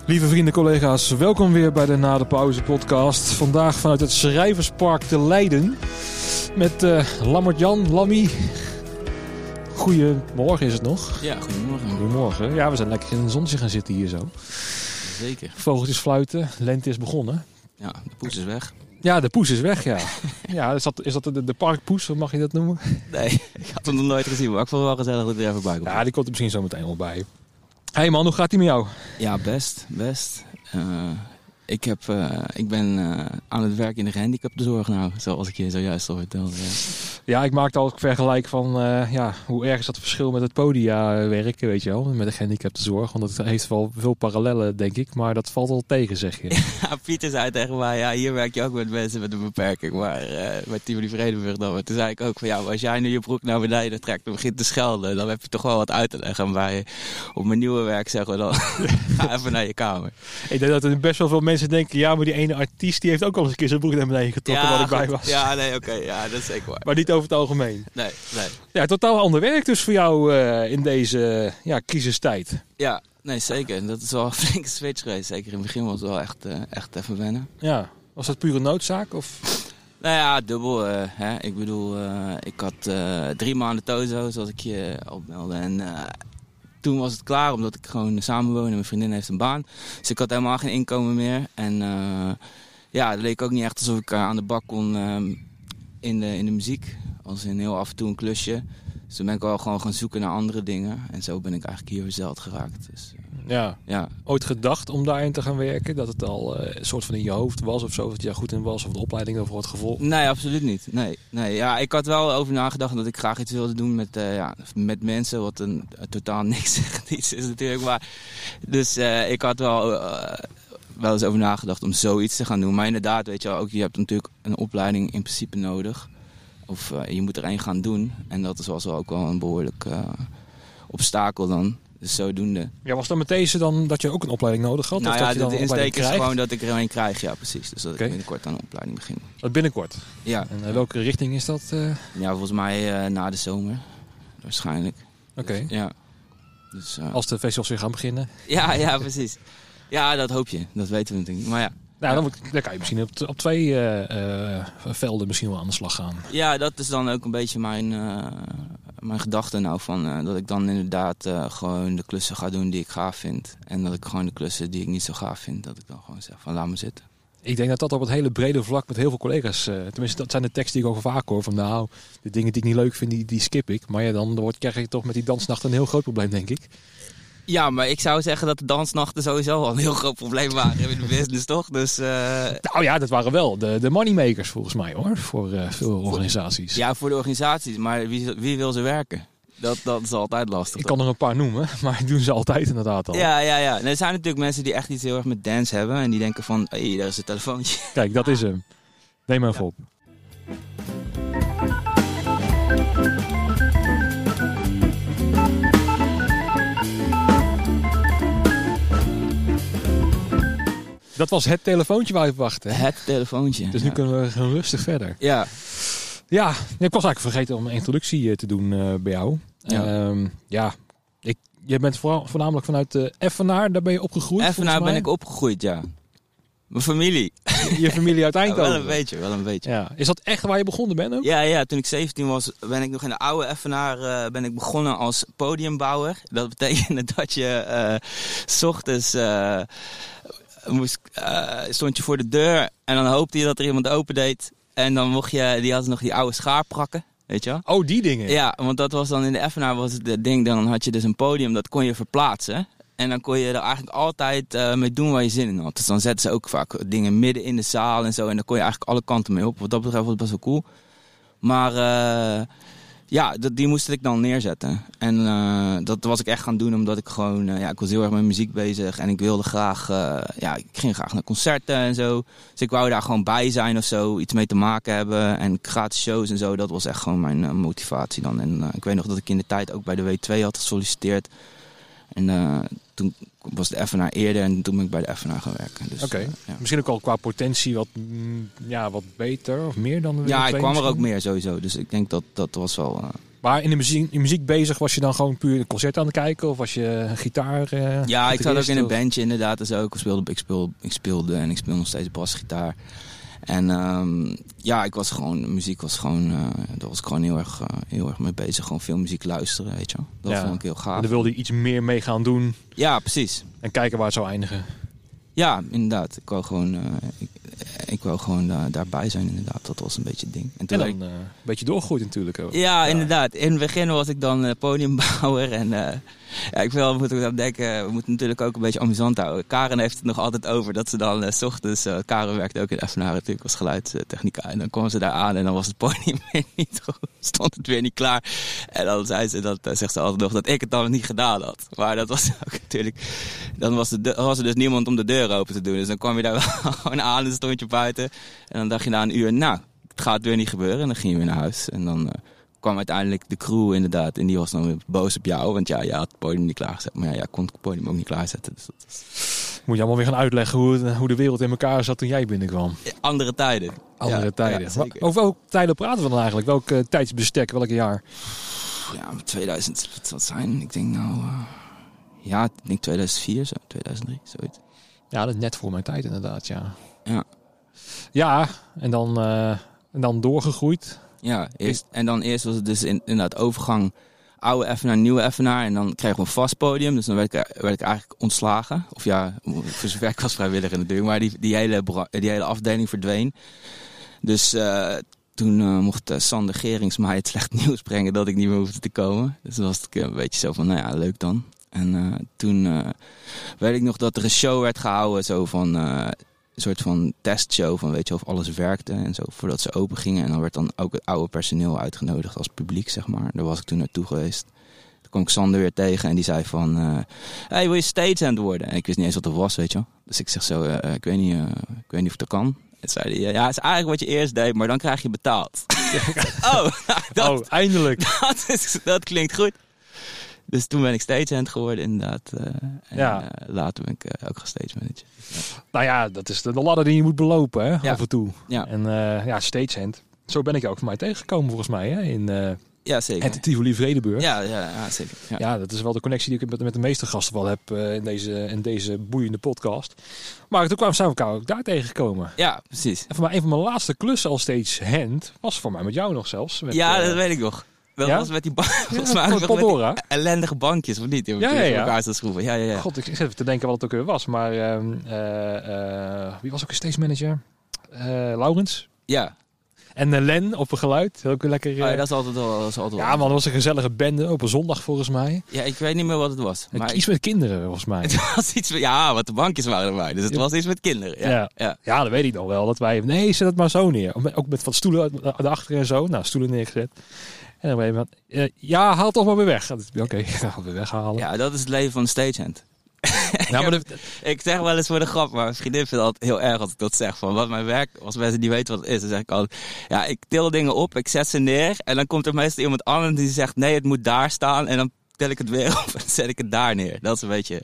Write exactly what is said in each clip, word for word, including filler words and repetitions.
Lieve vrienden, collega's, welkom weer bij de Na de Pauze podcast. Vandaag vanuit het Schrijverspark te Leiden met uh, Lammert-Jan, Lammy. Goedemorgen is het nog? Ja, goedemorgen. Goedemorgen. Ja, we zijn lekker in een zonnetje gaan zitten hier zo. Zeker. Vogeltjes fluiten, lente is begonnen. Ja, de poes is weg. Ja, de poes is weg, ja. Ja, is dat, is dat de, de parkpoes, hoe mag je dat noemen? Nee, ik had hem nog nooit gezien, maar ik vond het wel gezellig dat hij er even bij komt. Ja, die komt er misschien zo meteen wel bij. Hé hey man, hoe gaat die met jou? Ja, best, best. Uh, ik, heb, uh, ik ben uh, aan het werk in de gehandicaptenzorg nou, zoals ik je zojuist al vertelde. Ja, ja ik maakte al het vergelijk van uh, ja, hoe erg is dat verschil met het podia werken, weet je wel, met de gehandicaptenzorg. Want het heeft wel veel parallellen, denk ik, maar dat valt wel tegen, zeg je. Ja, Pieter zei tegen mij, ja, hier werk je ook met mensen met een beperking, maar uh, met Tivoli Vredenburg dan. Maar toen zei ik ook van, ja, maar als jij nu je broek naar beneden trekt en begint te schelden, dan heb je toch wel wat uit te leggen. Maar op mijn nieuwe werk zeggen we dan, ga even naar je kamer. Ik denk dat er best wel veel mensen denken, ja, maar die ene artiest die heeft ook al eens een keer zijn broek naar beneden getrokken, ja, waar ik goed. bij was. Ja, nee, oké, okay, ja, dat is zeker waar. Maar niet over het algemeen. Nee, nee. Ja, totaal ander werk dus voor jou uh, in deze uh, ja, crisistijd. Ja, nee, zeker. Dat is wel een flinke switch geweest. Zeker in het begin was het wel echt, uh, echt even wennen. Ja, was dat pure noodzaak? Of? Nou ja, dubbel. Uh, hè. Ik bedoel, uh, ik had uh, drie maanden Tozo, zoals ik je opmeldde. En uh, toen was het klaar, omdat ik gewoon samenwoon en mijn vriendin heeft een baan. Dus ik had helemaal geen inkomen meer. En uh, ja, het leek ook niet echt alsof ik uh, aan de bak kon uh, in, de, in de muziek. Als in heel af en toe een klusje. Dus toen ben ik wel gewoon gaan zoeken naar andere dingen. En zo ben ik eigenlijk hier verzeild geraakt. Dus, uh, ja. ja. Ooit gedacht om daarin te gaan werken? Dat het al uh, een soort van in je hoofd was of zo? Dat je daar goed in was? Of de opleiding over het gevolgd? Nee, absoluut niet. Nee, nee. Ja, ik had wel over nagedacht dat ik graag iets wilde doen met, uh, ja, met mensen. Wat een uh, totaal niks zegt iets is natuurlijk. Maar, dus uh, ik had wel... Uh, wel eens over nagedacht om zoiets te gaan doen. Maar inderdaad, weet je wel, ook je hebt natuurlijk een opleiding in principe nodig. Of uh, je moet er één gaan doen. En dat is was wel ook wel een behoorlijk uh, obstakel dan. Dus zodoende. Ja, was dat met deze dan dat je ook een opleiding nodig had? Nou of ja, dat je dan de insteek is gewoon dat ik er een krijg. Ja, precies. Dus dat okay. ik binnenkort aan een opleiding begin. Dat binnenkort? Ja. En uh, welke richting is dat? Uh... Ja, volgens mij uh, na de zomer. Waarschijnlijk. Oké. Okay. Dus, ja. Dus, uh... als de festivals weer gaan beginnen? Ja, ja, precies. Ja, dat hoop je. Dat weten we natuurlijk. Maar ja. Nou, dan, dan kan je misschien op, op twee uh, uh, velden misschien wel aan de slag gaan. Ja, dat is dan ook een beetje mijn, uh, mijn gedachte nou van uh, dat ik dan inderdaad uh, gewoon de klussen ga doen die ik gaaf vind. En dat ik gewoon de klussen die ik niet zo gaaf vind, dat ik dan gewoon zeg van laat me zitten. Ik denk dat dat op het hele brede vlak met heel veel collega's, uh, tenminste dat zijn de teksten die ik ook vaak hoor, van nou, de dingen die ik niet leuk vind, die, die skip ik. Maar ja, dan wordt, krijg je toch met die dansnacht een heel groot probleem, denk ik. Ja, maar ik zou zeggen dat de dansnachten sowieso al een heel groot probleem waren in de business, toch? Dus, uh... Nou ja, dat waren wel de, de moneymakers volgens mij hoor, voor uh, veel organisaties. Ja, voor de organisaties, maar wie, wie wil ze werken? Dat, dat is altijd lastig. Ik toch? Kan er een paar noemen, maar die doen ze altijd inderdaad al. Ja, ja, ja. En er zijn natuurlijk mensen die echt iets heel erg met dance hebben en die denken van, hé, hey, daar is het telefoontje. Kijk, dat is hem. Neem maar even op. Dat was het telefoontje waar je op wachtte. Hè? Het telefoontje. Dus nu ja. kunnen we gewoon rustig verder. Ja. Ja, ik was eigenlijk vergeten om een introductie te doen uh, bij jou. Ja, um, ja ik, je bent vooral, voornamelijk vanuit uh, Effenaar, daar ben je opgegroeid. Effenaar ben ik opgegroeid, ja. Mijn familie. Je familie uit Eindhoven? Ja, wel een beetje, wel een beetje. Ja. Is dat echt waar je begonnen bent ook? Ja, ja, toen ik zeventien was, ben ik nog in de oude Effenaar uh, ben ik begonnen als podiumbouwer. Dat betekende dat je uh, 's ochtends uh, moest, uh, stond je voor de deur en dan hoopte je dat er iemand open deed. En dan mocht je, die hadden nog die oude schaarprakken. Weet je wel? Oh, die dingen? Ja, want dat was dan in de Effenaar was het ding. Dan had je dus een podium, dat kon je verplaatsen. En dan kon je er eigenlijk altijd uh, mee doen waar je zin in had. Dus dan zetten ze ook vaak dingen midden in de zaal en zo. En dan kon je eigenlijk alle kanten mee op. Wat dat betreft was het best wel cool. Maar uh, ja, dat, die moest ik dan neerzetten. En uh, dat was ik echt gaan doen omdat ik gewoon... Uh, ja, ik was heel erg met muziek bezig. En ik wilde graag... Uh, ja, ik ging graag naar concerten en zo. Dus ik wou daar gewoon bij zijn of zo. Iets mee te maken hebben. En gratis shows en zo. Dat was echt gewoon mijn uh, motivatie dan. En uh, ik weet nog dat ik in de tijd ook bij de W twee had gesolliciteerd. En uh, toen was de Effenaar eerder en toen ben ik bij de Effenaar gaan werken. Dus, Oké, okay. uh, ja. Misschien ook al qua potentie wat, mm, ja, wat beter of meer dan de W twee? Ja, ik kwam misschien? er ook meer sowieso. Dus ik denk dat dat was wel... Uh, Maar in de muziek, in muziek bezig, was je dan gewoon puur een concert aan het kijken? Of was je een gitaar? Uh, ja, ik zat ook in een of... bandje inderdaad. Dus ook. Ik, speelde, ik, speelde, ik speelde en ik speel nog steeds basgitaar. En um, ja, ik was gewoon, muziek was gewoon, uh, daar was ik gewoon heel erg, uh, heel erg mee bezig. Gewoon veel muziek luisteren, weet je wel. Dat ja. vond ik heel gaaf. En daar wilde je iets meer mee gaan doen. Ja, precies. En kijken waar het zou eindigen. Ja, inderdaad. Ik wou gewoon, uh, ik, ik wou gewoon daar, daarbij zijn, inderdaad. Dat was een beetje het ding. En, toen en dan ik... uh, een beetje doorgegroeid natuurlijk ook. Ja, ja, inderdaad. In het begin was ik dan uh, podiumbouwer. En uh, ja, ik wil, moet ik aan denken, we moeten natuurlijk ook een beetje amusant houden. Karen heeft het nog altijd over dat ze dan uh, 's ochtends... Uh, Karen werkte ook in Evenaar natuurlijk als geluidstechnica. En dan kwam ze daar aan en dan was het podium weer niet goed. Stond het weer niet klaar. En dan zei ze, dat, uh, zegt ze altijd nog, dat ik het dan niet gedaan had. Maar dat was ook natuurlijk... Dan was, de, was er dus niemand om de deur open te doen. Dus dan kwam je daar wel gewoon aan en stond je buiten. En dan dacht je na een uur, nou, het gaat weer niet gebeuren. En dan ging je weer naar huis. En dan uh, kwam uiteindelijk de crew inderdaad. En die was dan weer boos op jou. Want ja, je had het podium niet klaargezet. Maar ja, jij kon het podium ook niet klaarzetten. Dus dat was... Moet je allemaal weer gaan uitleggen hoe, hoe de wereld in elkaar zat toen jij binnenkwam. Ja, andere tijden. Andere ja, tijden. Ja, over welke tijden praten we dan eigenlijk? Welk uh, tijdsbestek, welk jaar? Ja, tweeduizend, wat zal het zijn? Ik denk nou... Uh, ja, ik denk tweeduizend vier, zo, tweeduizend drie, zoiets. Ja, dat is net voor mijn tijd inderdaad, ja. Ja. Ja, en dan, uh, en dan doorgegroeid. Ja, eerst, en dan eerst was het dus in, inderdaad overgang oude Evenaar, nieuwe Evenaar. En dan kregen we een vast podium, dus dan werd ik, werd ik eigenlijk ontslagen. Of ja, voor zover ik was vrijwilliger natuurlijk, maar die, die, hele, die hele afdeling verdween. Dus uh, toen uh, mocht uh, Sander Gerings mij het slecht nieuws brengen dat ik niet meer hoefde te komen. Dus dan was ik een beetje zo van, nou ja, leuk dan. En uh, toen uh, weet ik nog dat er een show werd gehouden, zo van uh, een soort van testshow van weet je of alles werkte en zo voordat ze open gingen. En dan werd dan ook het oude personeel uitgenodigd als publiek, zeg maar. Daar was ik toen naartoe geweest. Toen kwam ik Sander weer tegen en die zei van, uh, hey, wil je stagehand worden? En ik wist niet eens wat dat was, weet je wel. Dus ik zeg zo, uh, ik weet niet, uh, ik weet niet of dat kan. En zei hij, ja, het is eigenlijk wat je eerst deed, maar dan krijg je betaald. oh, dat, oh, eindelijk. Dat, is, dat klinkt goed. Dus toen ben ik stagehand geworden, inderdaad. Uh, en ja. uh, later ben ik uh, ook gaan stage manager. Ja. Nou ja, dat is de, de ladder die je moet belopen, hè, ja. af en toe. Ja. En uh, ja, stagehand. Zo ben ik ook voor mij tegengekomen, volgens mij, hè, in uh, ja, zeker. het Tivoli Vredenburg. Ja, ja, ja, zeker. Ja. ja, dat is wel de connectie die ik met, met de meeste gasten wel heb uh, in, deze, in deze boeiende podcast. Maar toen kwamen we elkaar ook daar tegengekomen. Ja, precies. En voor mij een van mijn laatste klussen als stagehand was voor mij met jou nog zelfs. Met, ja, uh, dat weet ik nog. Dat ja? was met die, ba- volgens ja, mij met die ellendige bankjes, of niet? Die ja, ja, ja. elkaar te schroeven. Ja, ja, ja. God, ik zit even te denken wat het ook weer was. Maar uh, uh, uh, wie was ook een stage manager? Uh, Laurens. Ja. En uh, Len op een geluid. Ook lekker. Uh... Oh, ja, dat is altijd wel. Dat is altijd ja, wel. man, dat was een gezellige bende op een zondag volgens mij. Ja, ik weet niet meer wat het was. Maar iets ik... met kinderen volgens mij. Het was iets met, ja, want de bankjes waren erbij. Dus het ja. was iets met kinderen. Ja. Ja. Ja. ja, dat weet ik nog wel. Dat wij, nee, zet het maar zo neer. Ook met wat stoelen erachter en zo. Nou, stoelen neergezet. En dan ben je uh, ja, haal het toch maar weer weg. Oké, okay, gaan we weer weghalen. Ja, dat is het leven van een stagehand. Ja, maar de... Ik zeg wel eens voor de grap, maar mijn vriendin vindt het altijd heel erg als ik dat zeg. Van wat mijn werk, als mensen niet weten wat het is, dan zeg ik altijd, ja, ik til dingen op, ik zet ze neer. En dan komt er meestal iemand anders die zegt, nee, het moet daar staan. En dan tel ik het weer op en zet ik het daar neer. Dat is een beetje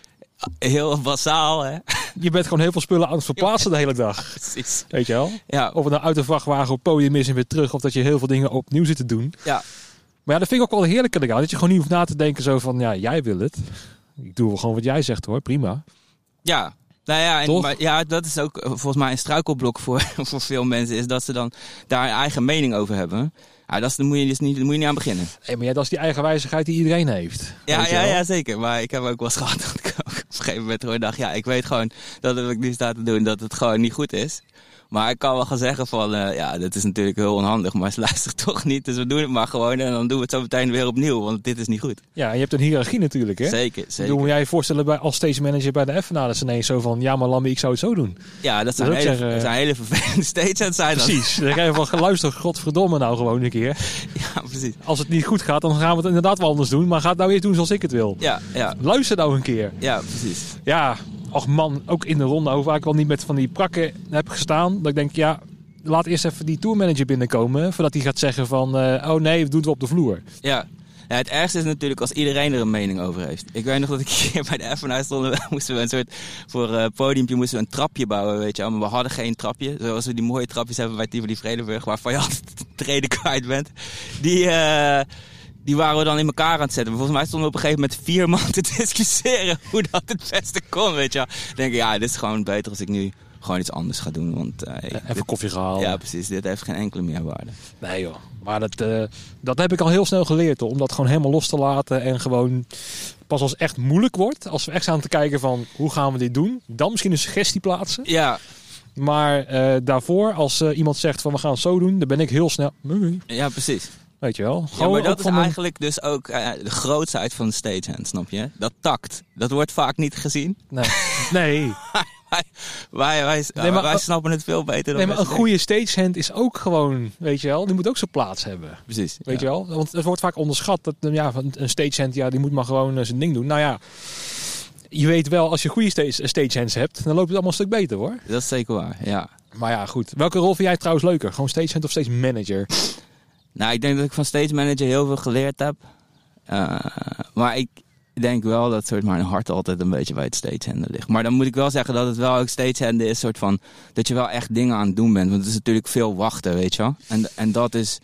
heel basaal, hè. Je bent gewoon heel veel spullen aan het verplaatsen de hele dag. Precies. Weet je wel? Ja. Of het nou uit de vrachtwagen op het podium is en weer terug. Of dat je heel veel dingen opnieuw zit te doen. Ja. Maar ja, dat vind ik ook wel heerlijk aan. Dat je gewoon niet hoeft na te denken zo van, ja, jij wil het. Ik doe wel gewoon wat jij zegt hoor, prima. Ja, nou ja, en, maar, ja, dat is ook volgens mij een struikelblok voor, voor veel mensen. Is dat ze dan daar een eigen mening over hebben. Ja, dat is, daar moet je dus niet, daar moet je niet aan beginnen. Hey, maar ja, dat is die eigenwijzigheid die iedereen heeft. Ja, ja, ja, zeker. Maar ik heb ook wel eens gehad dat ik ook op een gegeven moment gewoon dacht, ja, ik weet gewoon dat wat ik nu sta te doen, dat het gewoon niet goed is. Maar ik kan wel gaan zeggen van, uh, ja, dat is natuurlijk heel onhandig, maar ze luisteren toch niet. Dus we doen het maar gewoon en dan doen we het zo meteen weer opnieuw, want dit is niet goed. Ja, en je hebt een hiërarchie natuurlijk, hè? Zeker, zeker. Moet jij je voorstellen bij, als stage manager bij de Evenaar, dat ze ineens zo van, ja maar Lambi, ik zou het zo doen. Ja, dat zijn, dat hele, zeggen, dat zijn hele vervelende stages zijn dat. Precies, dan krijg je van, luister, godverdomme nou gewoon een keer. Ja, precies. Als het niet goed gaat, dan gaan we het inderdaad wel anders doen, maar ga het nou eerst doen zoals ik het wil. Ja, ja. Luister nou een keer. Ja, precies. Ja, ach man, ook in de ronde over waar ik wel niet met van die prakken heb gestaan, dat ik denk, ja, laat eerst even die tourmanager binnenkomen, voordat hij gaat zeggen van, uh, oh nee, dat doen we op de vloer. Ja. Ja, het ergste is natuurlijk als iedereen er een mening over heeft. Ik weet nog dat ik hier bij de Evenaar stond, moesten we een soort, voor uh, podiumpje moesten we een trapje bouwen, weet je wel. Maar we hadden geen trapje, zoals we die mooie trapjes hebben bij Tivoli Vredenburg, waarvan je altijd de treden kwijt bent. Die, uh, die waren we dan in elkaar aan het zetten. Maar volgens mij stonden we op een gegeven moment vier man te discussiëren hoe dat het beste kon, weet je wel. Dan denk ik, ja, dit is gewoon beter als ik nu gewoon iets anders ga doen. Want, uh, Even dit, koffie gehaald. Ja, precies. Dit heeft geen enkele meerwaarde. Nee joh, maar dat, uh, dat heb ik al heel snel geleerd hoor. Om dat gewoon helemaal los te laten en gewoon pas als het echt moeilijk wordt. Als we echt staan te kijken van hoe gaan we dit doen. Dan misschien een suggestie plaatsen. Ja. Maar uh, daarvoor, als uh, iemand zegt van we gaan het zo doen, dan ben ik heel snel... Ja, precies. Weet je wel. Ja, maar dat is een... eigenlijk dus ook uh, de grootheid van de stagehand, snap je? Dat tact. Dat wordt vaak niet gezien. Nee. Nee. wij, wij, wij, nee, maar, wij snappen het veel beter dan nee, maar een goede stagehand is ook gewoon, weet je wel, die moet ook zijn plaats hebben. Precies. Weet ja. je wel? Want het wordt vaak onderschat dat ja, een stagehand, ja, die moet maar gewoon uh, zijn ding doen. Nou ja, je weet wel, als je goede stage, stagehands hebt, dan loopt het allemaal een stuk beter hoor. Dat is zeker waar, ja. Maar ja, goed. Welke rol vind jij trouwens leuker? Gewoon stagehand of stage manager? Nou, ik denk dat ik van stage manager heel veel geleerd heb. Uh, maar ik denk wel dat soort mijn hart altijd een beetje bij het stagehanden ligt. Maar dan moet ik wel zeggen dat het wel ook stagehanden is, soort van dat je wel echt dingen aan het doen bent. Want het is natuurlijk veel wachten, weet je wel. En, en dat is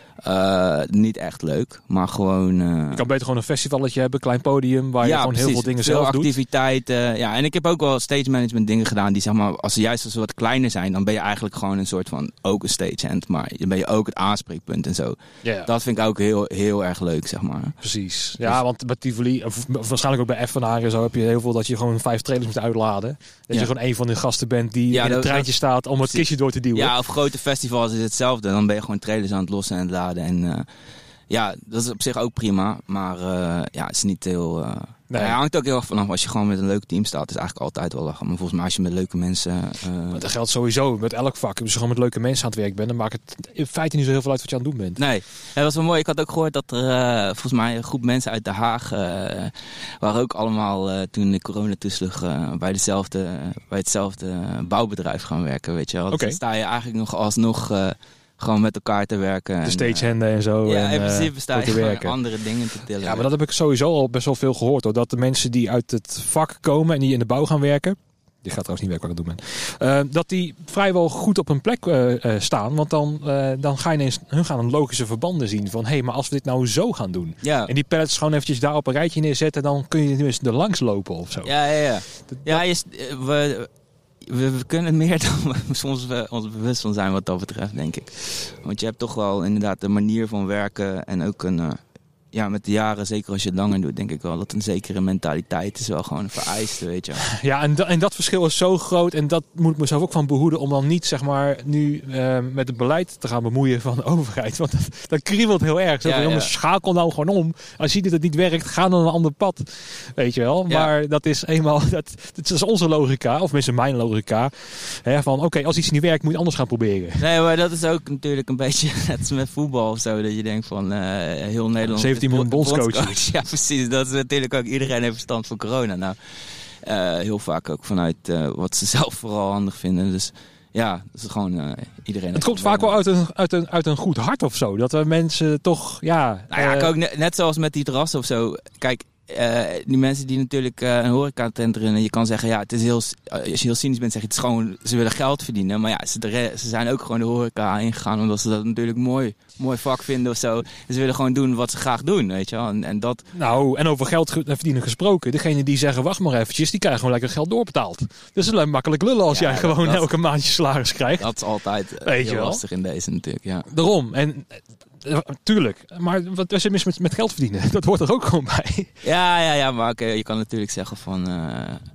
uh, niet echt leuk, maar gewoon... Uh... Je kan beter gewoon een festivalletje hebben, klein podium, waar je ja, gewoon precies. heel veel dingen veel zelf activiteiten, doet. Ja, en ik heb ook wel stage management dingen gedaan die zeg maar, als ze juist als ze wat kleiner zijn, dan ben je eigenlijk gewoon een soort van ook een stagehand, maar dan ben je ook het aanspreekpunt en zo. Yeah. Dat vind ik ook heel, heel erg leuk, zeg maar. Precies. Ja, dus... want bij Tivoli, of waarschijnlijk ook bij Effenaar en zo, heb je heel veel dat je gewoon vijf trailers moet uitladen. Dat ja. je gewoon een van de gasten bent die ja, in het treintje dat... staat om het precies. kistje door te duwen. Ja, of grote festivals is hetzelfde. Dan ben je gewoon trailers aan het lossen en het laden en... Uh, ja, dat is op zich ook prima, maar uh, ja, het is niet heel... Uh, nee. Het hangt ook heel erg vanaf als je gewoon met een leuk team staat. Het is eigenlijk altijd wel lachen. Maar volgens mij als je met leuke mensen... Uh... Maar dat geldt sowieso met elk vak. Als je gewoon met leuke mensen aan het werk bent, dan maakt het in feite niet zo heel veel uit wat je aan het doen bent. Nee, ja, dat was wel mooi. Ik had ook gehoord dat er uh, volgens mij een groep mensen uit Den Haag... Uh, waren ook allemaal uh, toen de corona toesloeg uh, bij, dezelfde, bij hetzelfde bouwbedrijf gaan werken, weet je wel. Dus okay. Dan sta je eigenlijk nog alsnog... Uh, gewoon met elkaar te werken. De stagehanden en zo. Ja, en, in principe sta je werken. andere dingen te tillen. Ja, maar dat heb ik sowieso al best wel veel gehoord. Hoor. Dat de mensen die uit het vak komen en die in de bouw gaan werken... Die gaat trouwens niet werken wat ik aan het doen ben. Uh, dat die vrijwel goed op hun plek uh, uh, staan. Want dan, uh, dan ga je ineens... Hun gaan een logische verbanden zien. Van, hé, hey, maar als we dit nou zo gaan doen. Ja. En die pallets gewoon eventjes daar op een rijtje neerzetten. Dan kun je tenminste er langs lopen of zo. Ja, ja, ja. Dat, ja, je, we... We, we kunnen meer dan we soms we ons bewust van zijn wat dat betreft, denk ik. Want je hebt toch wel inderdaad een manier van werken en ook een... Uh, ja, met de jaren, zeker als je het langer doet, denk ik wel dat een zekere mentaliteit is wel gewoon een vereiste, weet je. Ja, en, da- en dat verschil is zo groot en dat moet ik mezelf ook van behoeden om dan niet, zeg maar, nu uh, met het beleid te gaan bemoeien van de overheid. Want dat, dat kriebelt heel erg. Zo, ja, ja. Schakel nou gewoon om. Als je ziet dat het niet werkt, ga dan een ander pad. Weet je wel. Ja. Maar dat is eenmaal, dat, dat is onze logica, of mensen mijn logica. Hè, van oké, okay, als iets niet werkt, moet je anders gaan proberen. Nee, maar dat is ook natuurlijk een beetje net als met voetbal of zo. Dat je denkt van uh, heel Nederland... zeventien miljoen bondscoach. Ja, precies. Dat is natuurlijk ook iedereen heeft verstand van corona. Nou, uh, heel vaak ook vanuit uh, wat ze zelf vooral handig vinden. Dus ja, dat is gewoon uh, iedereen. Het komt vaak wel uit een, uit, een, uit een goed hart of zo. Dat we mensen toch, ja... Nou ja, uh, ook net, net zoals met die terrassen of zo. Kijk, uh, die mensen die natuurlijk uh, een horecatent runnen. Je kan zeggen, ja, het is heel... Uh, als je heel cynisch bent, zeg je, het is gewoon... Ze willen geld verdienen. Maar ja, ze, de, ze zijn ook gewoon de horeca ingegaan. Omdat ze dat natuurlijk mooi... mooi vak vinden of zo. Ze willen gewoon doen wat ze graag doen, weet je wel. En, en dat... Nou, en over geld verdienen gesproken. Degene die zeggen, wacht maar eventjes, die krijgen gewoon lekker geld doorbetaald. Dus het is makkelijk lullen als ja, jij gewoon dat, elke maand je salaris krijgt. Dat is altijd uh, weet heel je lastig in deze natuurlijk, ja. Daarom. En uh, tuurlijk. Maar wat is er mis met, met geld verdienen? Dat hoort er ook gewoon bij. Ja, ja, ja. Maar okay, je kan natuurlijk zeggen van... Uh,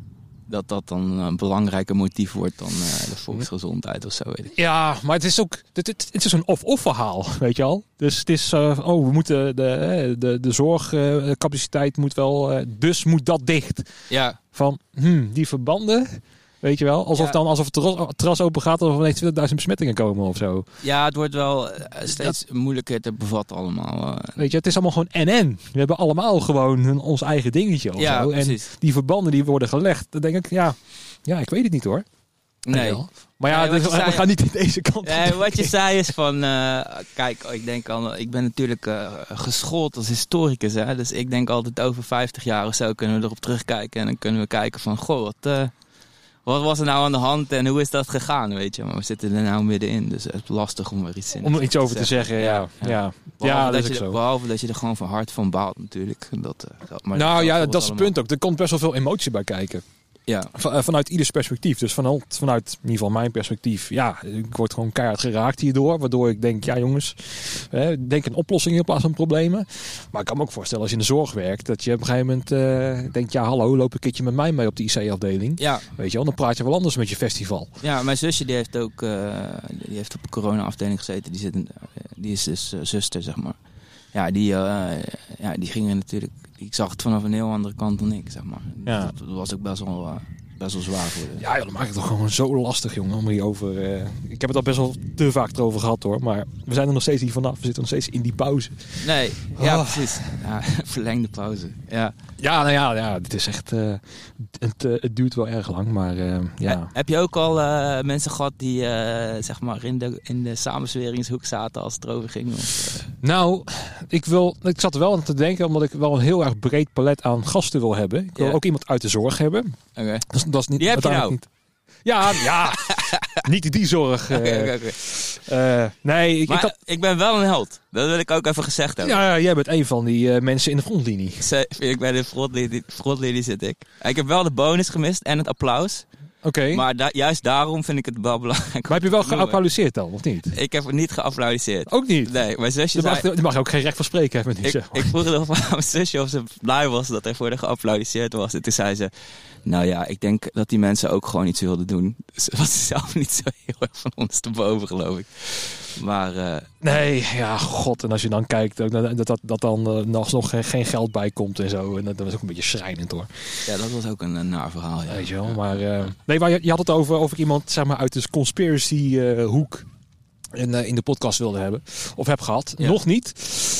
dat dat dan een belangrijker motief wordt dan uh, de volksgezondheid of zo. Weet ik. Ja, maar het is ook het, het, het is een of-of verhaal, weet je al. Dus het is, uh, oh, we moeten de, de, de zorgcapaciteit moet wel, uh, dus moet dat dicht. Ja. Van, hmm, die verbanden, weet je wel. Alsof, ja. dan, alsof het terras, terras open gaat of er ineens twintigduizend besmettingen komen of zo. Ja, het wordt wel uh, steeds dat, moeilijker te bevatten allemaal. Uh. Weet je, het is allemaal gewoon en-en. We hebben allemaal gewoon hun, ons eigen dingetje of ja, zo. Precies. En die verbanden die worden gelegd, dan denk ik, ja, ja, ik weet het niet hoor. Nee. Ja. Maar ja, nee, dus, we zei, gaan niet in deze kant. Nee, wat je zei is van... Uh, kijk, ik denk al... Ik ben natuurlijk uh, geschoold als historicus. Hè, dus ik denk altijd over vijftig jaar of zo kunnen we erop terugkijken. En dan kunnen we kijken van... Goh, wat, uh, wat was er nou aan de hand en hoe is dat gegaan, weet je. Maar we zitten er nou middenin, dus het is lastig om er iets in Om er iets over te zeggen, ja. ja. ja. ja. Behalve, ja dat, dat is je, zo. behalve dat je er gewoon van hart van baalt natuurlijk. Dat, dat, maar nou dat ja, dat is het allemaal. punt ook. Er komt best wel veel emotie bij kijken. Ja. Van, vanuit ieders perspectief. Dus vanuit, vanuit in ieder geval mijn perspectief. Ja, ik word gewoon keihard geraakt hierdoor. Waardoor ik denk, ja jongens, eh, denk aan oplossingen in plaats van problemen. Maar ik kan me ook voorstellen als je in de zorg werkt. Dat je op een gegeven moment uh, denkt, ja hallo, loop een keertje met mij mee op de I C-afdeling. Ja. Weet je wel, dan praat je wel anders met je festival. Ja, mijn zusje die heeft ook uh, die heeft op de corona-afdeling gezeten. Die, zit in, die is dus uh, zuster, zeg maar. Ja, die, uh, ja, die gingen natuurlijk... Ik zag het vanaf een heel andere kant dan ik, zeg maar. Ja. Dat, dat was ook best wel, uh, best wel zwaar voor de... Ja, joh, dat maakt het toch gewoon zo lastig, jongen. Om hierover, uh, ik heb het al best wel te vaak erover gehad, hoor. Maar we zijn er nog steeds niet vanaf. We zitten nog steeds in die pauze. Nee, ja, oh. precies. Ja, verlengde pauze. Ja, ja nou ja, ja dit is echt... Uh, het, uh, het duurt wel erg lang, maar uh, ja. He, heb je ook al uh, mensen gehad die uh, zeg maar in de, in de samenzweringshoek zaten als het erover ging? Of, uh... Nou, ik, wil, ik zat er wel aan te denken, omdat ik wel een heel erg breed palet aan gasten wil hebben. Ik wil ja. ook iemand uit de zorg hebben. Okay. Dat is, dat is niet, die heb je nou? Niet. Ja, ja. Niet die zorg. Uh, okay, okay, okay. Uh, nee, ik, maar ik, had... ik ben wel een held. Dat wil ik ook even gezegd hebben. Ja, jij bent een van die uh, mensen in de frontlinie. Ik ben in de frontlinie, frontlinie zit ik. Ik heb wel de bonus gemist en het applaus. Oké. Okay. Maar da- juist daarom vind ik het wel belangrijk. Maar heb je wel geapplaudiseerd dan, of niet? Ik heb niet geapplaudiseerd. Ook niet? Nee, mijn zusje je mag, zei... je mag ook geen recht van spreken hebben. Ik, zeg maar. ik vroeg nog aan mijn zusje of ze blij was dat er voor de geapplaudiseerd was. En toen zei ze... Nou ja, ik denk dat die mensen ook gewoon iets wilden doen. Dus dat was zelf niet zo heel erg van ons te boven, geloof ik. Maar... Uh, nee, ja, god. En als je dan kijkt ook, dat, dat, dat dan uh, nog, nog geen, geen geld bij komt en zo. En dat, dat was ook een beetje schrijnend, hoor. Ja, dat was ook een, een naar verhaal, ja. Weet je wel, maar... Uh, nee, maar je, je had het over, over iemand, zeg maar, uit de conspiracy uh, hoek in, uh, in de podcast wilde hebben. Of heb gehad. Ja. Nog niet.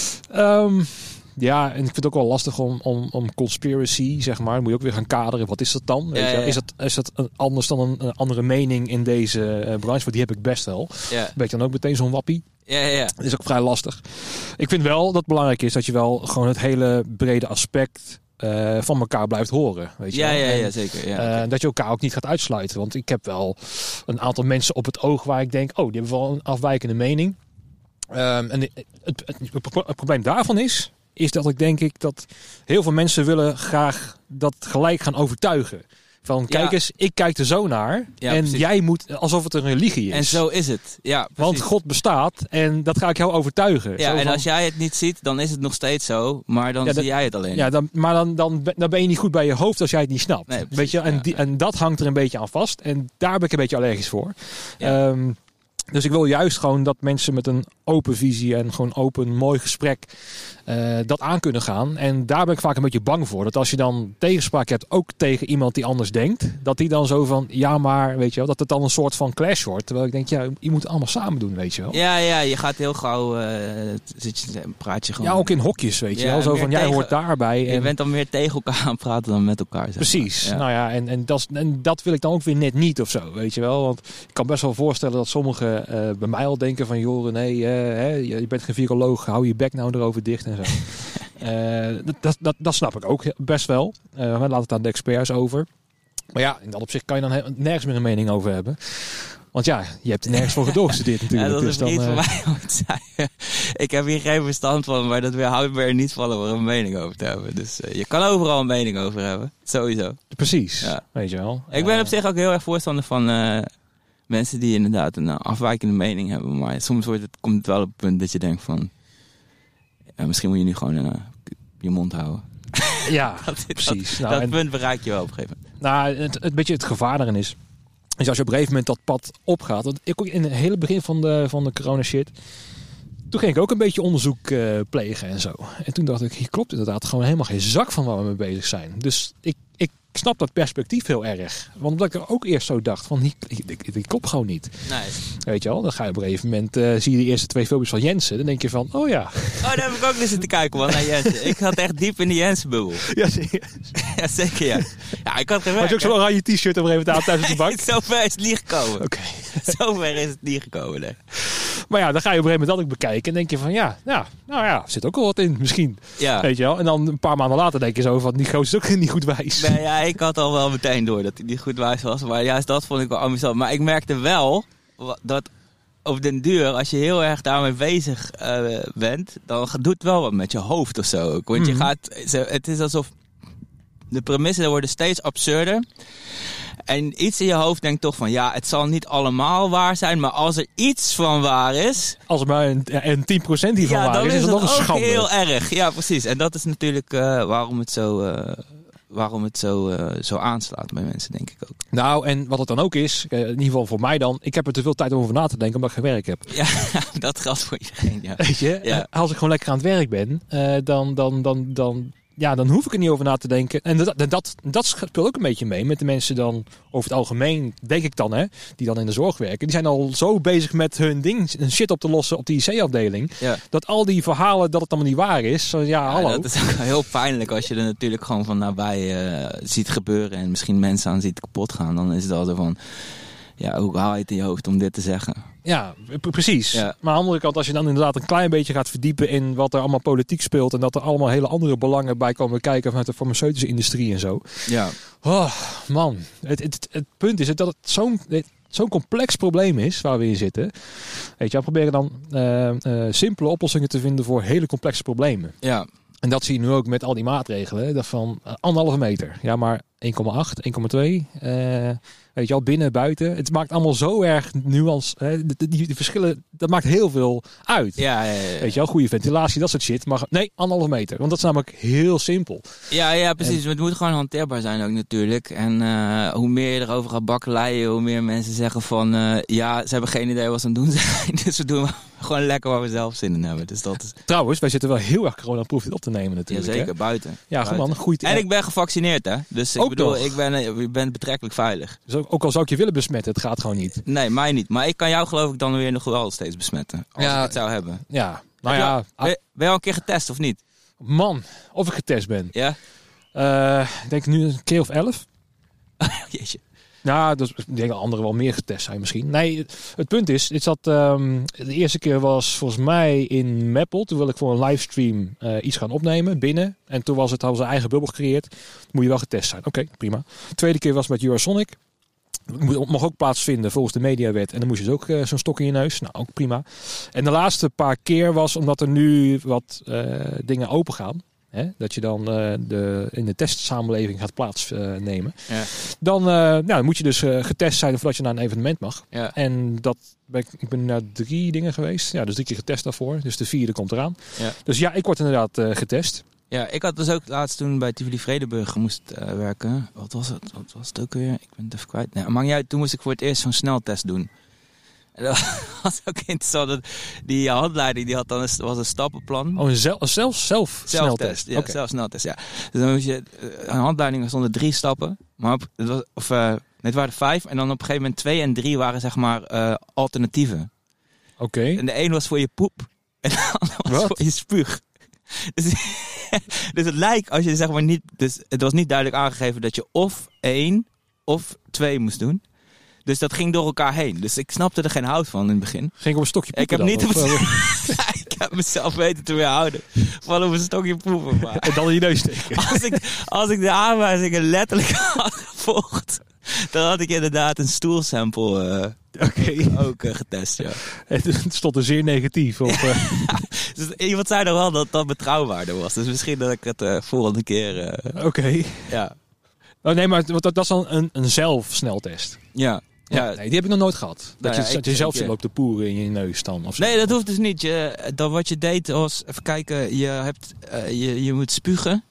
Um, Ja, en ik vind het ook wel lastig om, om, om conspiracy, zeg maar. Moet je ook weer gaan kaderen. Wat is dat dan? Weet ja, je? Ja, ja. Is dat, is dat een, anders dan een, een andere mening in deze uh, branche? Want die heb ik best wel. Ja. Ben je dan ook meteen zo'n wappie? Ja, ja, ja. Dat is ook vrij lastig. Ik vind wel dat het belangrijk is dat je wel gewoon het hele brede aspect uh, van elkaar blijft horen. Weet je ja, wel? ja, En, ja, zeker. Ja, uh, okay. Dat je elkaar ook niet gaat uitsluiten. Want ik heb wel een aantal mensen op het oog waar ik denk... oh, die hebben wel een afwijkende mening. Um, en het, het, het, het probleem daarvan is... is dat ik denk ik dat heel veel mensen willen graag dat gelijk gaan overtuigen. Van kijk ja. eens, ik kijk er zo naar. Ja, en precies. Jij moet, alsof het een religie is. En zo is het. Ja, precies. Want God bestaat en dat ga ik jou overtuigen. Ja, zo en van, als jij het niet ziet, dan is het nog steeds zo. Maar dan ja, zie dat, jij het alleen. Ja, dan, maar dan, dan, dan ben je niet goed bij je hoofd als jij het niet snapt. Nee, precies, weet je? En, ja, die, ja. en dat hangt er een beetje aan vast. En daar ben ik een beetje allergisch voor. Ja. Um, Dus ik wil juist gewoon dat mensen met een open visie en gewoon open, mooi gesprek uh, dat aan kunnen gaan. En daar ben ik vaak een beetje bang voor. Dat als je dan tegenspraak hebt, ook tegen iemand die anders denkt, dat die dan zo van, ja maar, weet je wel, dat het dan een soort van clash wordt. Terwijl ik denk, ja, je moet het allemaal samen doen, weet je wel. Ja, ja, je gaat heel gauw, uh, zit je, praat je gewoon. Ja, ook in hokjes, weet je ja, wel. Zo van, jij tegen, hoort daarbij. En... Je bent dan meer tegen elkaar aan het praten dan met elkaar. Zeg Precies. maar. Ja. Nou ja, en, en, dat, en dat wil ik dan ook weer net niet of zo, weet je wel. Want ik kan best wel voorstellen dat sommigen uh, bij mij al denken van, joh, nee, uh, hè, je bent geen viroloog, hou je bek nou erover dicht en zo. uh, dat, dat, dat snap ik ook best wel. Uh, maar laat het aan de experts over. Maar ja, in dat opzicht kan je dan he- nergens meer een mening over hebben. Want ja, je hebt er nergens voor gedoorgestudeerd natuurlijk. Ja, dat is dus een vriend dan, van mij ooit zei. Ik heb hier geen verstand van, maar dat weerhoudt me er niet van om er een mening over te hebben. Dus uh, je kan overal een mening over hebben. Sowieso. Precies, ja. Weet je wel. Ik ben uh, op zich ook heel erg voorstander van uh, mensen die inderdaad een uh, afwijkende mening hebben. Maar soms wordt het, komt het wel op het punt dat je denkt van... Uh, misschien moet je nu gewoon uh, je mond houden. Ja, dat, precies. Dat, nou, dat en, punt bereik je wel op een gegeven moment. Nou, het, het beetje het gevaar daarin is... Dus als je op een gegeven moment dat pad opgaat... Want ik ook in het hele begin van de, van de corona shit... Toen ging ik ook een beetje onderzoek uh, plegen en zo. En toen dacht ik, hier klopt inderdaad gewoon helemaal geen zak van waar we mee bezig zijn. Dus ik, ik snap dat perspectief heel erg. Want omdat ik er ook eerst zo dacht van, die, die, die, die klopt gewoon niet. Nee. Weet je wel, dan ga je op een gegeven moment, uh, zie je de eerste twee filmpjes van Jensen. Dan denk je van, oh ja. Oh, daar heb ik ook eens zitten kijken, man, naar Jensen. Ik zat echt diep in die Jensen-bubbel. Ja, zeker. Ja, zeker, ja. Ja, ik had geen werk. Had je ook zo'n oranje t-shirt op een gegeven moment aan thuis op de bank? Zo ver is het niet gekomen. Oké. Okay. Zo ver is het niet gekomen, nee. Maar ja, dan ga je op een gegeven moment dat ook bekijken. En denk je van ja, ja nou ja, zit ook wel wat in misschien. Ja. Weet je wel? En dan een paar maanden later denk je zo van die gozer is ook niet goed wijs. Nee, ja, ik had al wel meteen door dat hij niet goed wijs was. Maar juist dat vond ik wel amusant. Maar ik merkte wel dat op den duur, als je heel erg daarmee bezig uh, bent, dan doet het wel wat met je hoofd of zo. Want mm-hmm. je gaat, het is alsof de premissen worden steeds absurder. En iets in je hoofd denkt toch van, ja, het zal niet allemaal waar zijn, maar als er iets van waar is... Als er maar een, een tien procent hiervan ja, waar is, is het nog een schande. heel erg. Ja, precies. En dat is natuurlijk uh, waarom het zo... Uh, waarom het zo, uh, zo aanslaat bij mensen, denk ik ook. Nou, en wat het dan ook is, in ieder geval voor mij dan, ik heb er te veel tijd om over na te denken omdat ik geen werk heb. Ja, dat geldt voor iedereen, ja. Weet je, ja. als ik gewoon lekker aan het werk ben, uh, dan, dan, dan, dan, ja, dan hoef ik er niet over na te denken. En dat, dat, dat speelt ook een beetje mee met de mensen dan, over het algemeen, denk ik dan, hè, die dan in de zorg werken. Die zijn al zo bezig met hun ding, hun shit op te lossen op die I C-afdeling. Ja. Dat al die verhalen, dat het allemaal niet waar is. Zo, ja, ja, hallo. Dat is ook heel pijnlijk als je er natuurlijk gewoon van nabij uh, ziet gebeuren en misschien mensen aan ziet kapot gaan. Dan is het al zo van, ja, hoe haal je het in je hoofd om dit te zeggen? Ja, p- precies. Ja. Maar aan de andere kant, als je dan inderdaad een klein beetje gaat verdiepen in wat er allemaal politiek speelt en dat er allemaal hele andere belangen bij komen kijken vanuit de farmaceutische industrie en zo. Ja. Oh, man. Het, het, het, het punt is dat het zo'n, het, zo'n complex probleem is waar we in zitten. Weet je, we proberen dan uh, uh, simpele oplossingen te vinden voor hele complexe problemen. Ja. En dat zie je nu ook met al die maatregelen. Dat van uh, anderhalve meter. Ja, maar één komma acht, één komma twee. Uh, weet je al, binnen, buiten. Het maakt allemaal zo erg nuance. Hè? Die, die, die verschillen, dat maakt heel veel uit. Ja, ja, ja. Weet je wel, goede ventilatie, dat soort shit. Maar nee, anderhalve meter. Want dat is namelijk heel simpel. Ja, ja, precies. En het moet gewoon hanteerbaar zijn ook natuurlijk. En uh, hoe meer je erover gaat bakkeleien, hoe meer mensen zeggen van... Uh, ja, ze hebben geen idee wat ze aan het doen zijn. Dus we doen gewoon lekker waar we zelf zin in hebben. Dus dat is... Trouwens, wij zitten wel heel erg coronaproof dit op te nemen natuurlijk. Ja, zeker. Hè? Buiten. Ja, buiten. gewoon groeit. En ik ben gevaccineerd, hè. Dus ik ook bedoel, toch? ik ben, ik ben betrekkelijk veilig. Dus ook, ook al zou ik je willen besmetten, het gaat gewoon niet. Nee, mij niet. Maar ik kan jou geloof ik dan weer nog wel steeds besmetten. Als ja, ik het zou hebben. Ja, nou Heb ja. Je, ben, ben je al een keer getest of niet? Man, of ik getest ben. Ja? Uh, ik denk nu een keer of elf. Jeetje. Ja, dus ik denk dat anderen wel meer getest zijn misschien. Nee, het punt is, is dat um, de eerste keer was volgens mij in Meppel. Toen wilde ik voor een livestream uh, iets gaan opnemen binnen. En toen was het, hadden ze eigen bubbel gecreëerd. Dan moet je wel getest zijn. Oké, okay, prima. De tweede keer was met Eurosonic. Mocht ook plaatsvinden volgens de mediawet. En dan moest je dus ook uh, zo'n stok in je neus. Nou, ook prima. En de laatste paar keer was omdat er nu wat uh, dingen open gaan. Hè, dat je dan uh, de, in de testsamenleving gaat plaatsnemen. Uh, ja. Dan, uh, nou, dan moet je dus uh, getest zijn voordat je naar een evenement mag. Ja. En dat ben ik, ik ben naar drie dingen geweest. Ja, dus drie keer getest daarvoor. Dus de vierde komt eraan. Ja. Dus ja, ik word inderdaad uh, getest. Ja, ik had dus ook laatst toen bij Tivoli Vredenburg moest uh, werken. Wat was het? Wat was het ook weer? Ik ben het even kwijt. Nee, maakt niet uit. Toen moest ik voor het eerst zo'n sneltest doen. En dat was ook interessant. Die handleiding die had dan een, was een stappenplan. Oh, een zelf, zelf, zelf sneltest? Ja, okay. zelf sneltest, ja. Dus dan moest je, een handleiding stonden drie stappen. Maar op, het, was, of, uh, het waren er vijf. En dan op een gegeven moment twee en drie waren zeg maar uh, alternatieven. Oké. Okay. En de een was voor je poep. En de ander was What? voor je spuug. Dus, dus het lijkt als je zeg maar niet... Dus het was niet duidelijk aangegeven dat je of één of twee moest doen. Dus dat ging door elkaar heen. Dus ik snapte er geen hout van in het begin. Ging op een stokje poepen ik heb dan, niet op het... Ik heb mezelf weten te weerhouden van op een stokje poepen. Maar... En dan in je neus steken. Als ik, als ik de aanwijzingen letterlijk had gevolgd, dan had ik inderdaad een stoelsample uh, okay. ook uh, getest. Ja. Het stond er zeer negatief op. Uh... ja, dus iemand zei nog wel dat dat betrouwbaarder was. Dus misschien dat ik het uh, volgende keer... Uh, Oké. Okay. Ja. Oh nee, maar dat, dat is dan een, een zelfsneltest. Ja. Ja, nee, die heb ik nog nooit gehad. Dat, nou, je, ja, dat je zelf zit loopt te poeren in je neus dan. Of zo. Nee, dat hoeft dus niet. Je, dat wat je deed was, even kijken, je, hebt, uh, je, je moet spugen.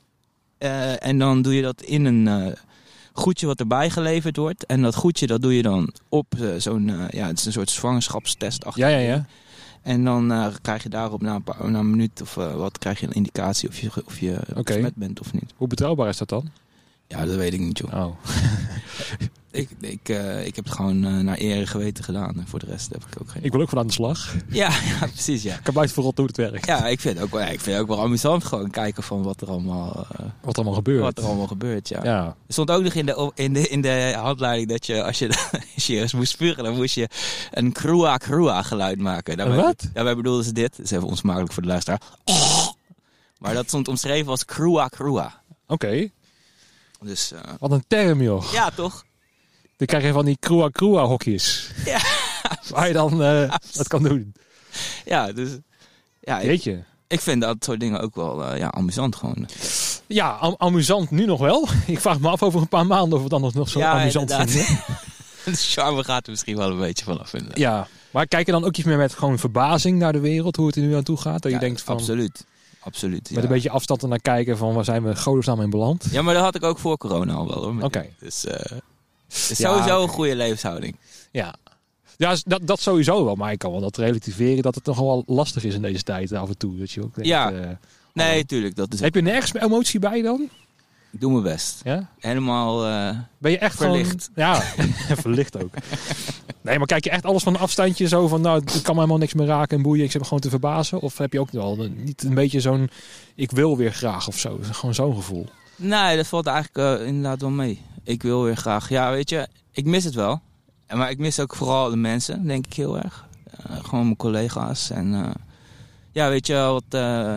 Uh, en dan doe je dat in een uh, goedje wat erbij geleverd wordt. En dat goedje dat doe je dan op uh, zo'n, uh, ja, het is een soort zwangerschapstest. Ja, ja, ja. En dan uh, krijg je daarop na een, paar, na een minuut of uh, wat krijg je een indicatie of je, of je okay. besmet bent of niet. Hoe betrouwbaar is dat dan? Ja, dat weet ik niet, joh. Oh. Ik, ik, uh, ik heb het gewoon uh, naar eer en geweten gedaan. En voor de rest heb ik ook geen... Ik wil ook van aan de slag. Ja, ja precies. Ja. Ik heb buiten vooral hoe het werkt. Ja, ik vind het ook wel, ik vind het ook wel amusant. Gewoon kijken van wat er allemaal, uh, wat er allemaal gebeurt. Wat er allemaal gebeurt, ja. ja. Er stond ook nog in de, in de, in de handleiding dat je, als je, als je eens moest spugen, dan moest je een krua krua geluid maken. Daarbij, wat? Daarbij bedoelden ze dit. Dat is even onsmakelijk voor de luisteraar. Maar dat stond omschreven als krua krua. Oké. Okay. Dus, uh... wat een term, joh. Ja, toch? Dan krijg je van die krua krua hokjes. Ja. Waar je dan uh, dat kan doen. Ja, dus... Ja, Weet je. Ik, ik vind dat soort dingen ook wel uh, ja, amusant gewoon. Ja, am- amusant nu nog wel. Ik vraag me af over een paar maanden of we dan nog, nog zo ja, amusant inderdaad. Vinden. De charme gaat er misschien wel een beetje vanaf vinden. Ja, maar kijk je dan ook iets meer met gewoon verbazing naar de wereld, hoe het er nu aan toe gaat? Dat ja, je denkt van... Absoluut. Absoluut, met ja. een beetje afstand ernaar kijken van waar zijn we godesnaam in beland. Ja, maar dat had ik ook voor corona al wel hoor. Oké. Okay. Dus uh, is ja, sowieso okay. een goede levenshouding. Ja, ja dat, dat sowieso wel. Maar ik kan wel dat relativeren dat het nogal wel lastig is in deze tijd af en toe. Dat je ook denkt, ja, uh, nee, oh. tuurlijk. Dat is heb je nergens emotie bij dan? Ik doe mijn best. Ja? Helemaal uh, ben je echt verlicht. Gewoon, ja, verlicht ook. Nee, maar kijk je echt alles van een afstandje zo van, nou, het kan me helemaal niks meer raken en boeien. Ik zit me gewoon te verbazen. Of heb je ook wel niet een beetje zo'n, ik wil weer graag of zo. Gewoon zo'n gevoel. Nee, dat valt eigenlijk uh, inderdaad wel mee. Ik wil weer graag. Ja, weet je, ik mis het wel. Maar ik mis ook vooral de mensen, denk ik heel erg. Uh, gewoon mijn collega's. En uh, ja, weet je wat... Uh,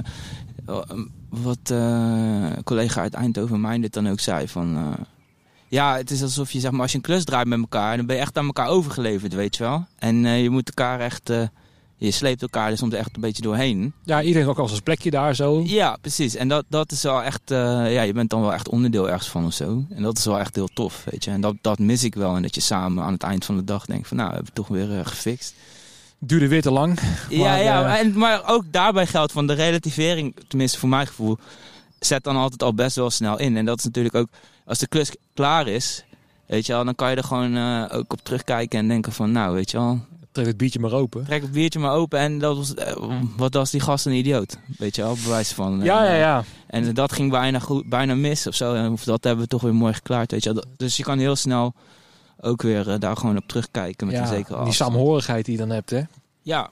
wat uh, collega uit Eindhoven mij dit dan ook zei van... Uh, ja, het is alsof je, zeg maar, als je een klus draait met elkaar... dan ben je echt aan elkaar overgeleverd, weet je wel. En uh, je moet elkaar echt... Uh, je sleept elkaar er soms echt een beetje doorheen. Ja, iedereen heeft ook al zijn plekje daar zo. Ja, precies. En dat, dat is wel echt... Uh, ja, je bent dan wel echt onderdeel ergens van of zo. En dat is wel echt heel tof, weet je. En dat, dat mis ik wel. En dat je samen aan het eind van de dag denkt van... nou, we hebben het toch weer uh, gefixt. Duurde weer te lang. Ja, maar, ja uh... en, maar ook daarbij geldt van de relativering, tenminste voor mijn gevoel, zet dan altijd al best wel snel in. En dat is natuurlijk ook, als de klus klaar is, weet je wel, dan kan je er gewoon uh, ook op terugkijken en denken van, nou, weet je wel. Trek het biertje maar open. Trek het biertje maar open en dat was, uh, wat was die gast een idioot, weet je wel, bewijs van. Ja, en, ja, ja. En dat ging bijna, goed, bijna mis of zo, of dat hebben we toch weer mooi geklaard, weet je wel. Dus je kan heel snel ook weer uh, daar gewoon op terugkijken met ja, een zekere afstand. Die saamhorigheid die je dan hebt, hè. Ja.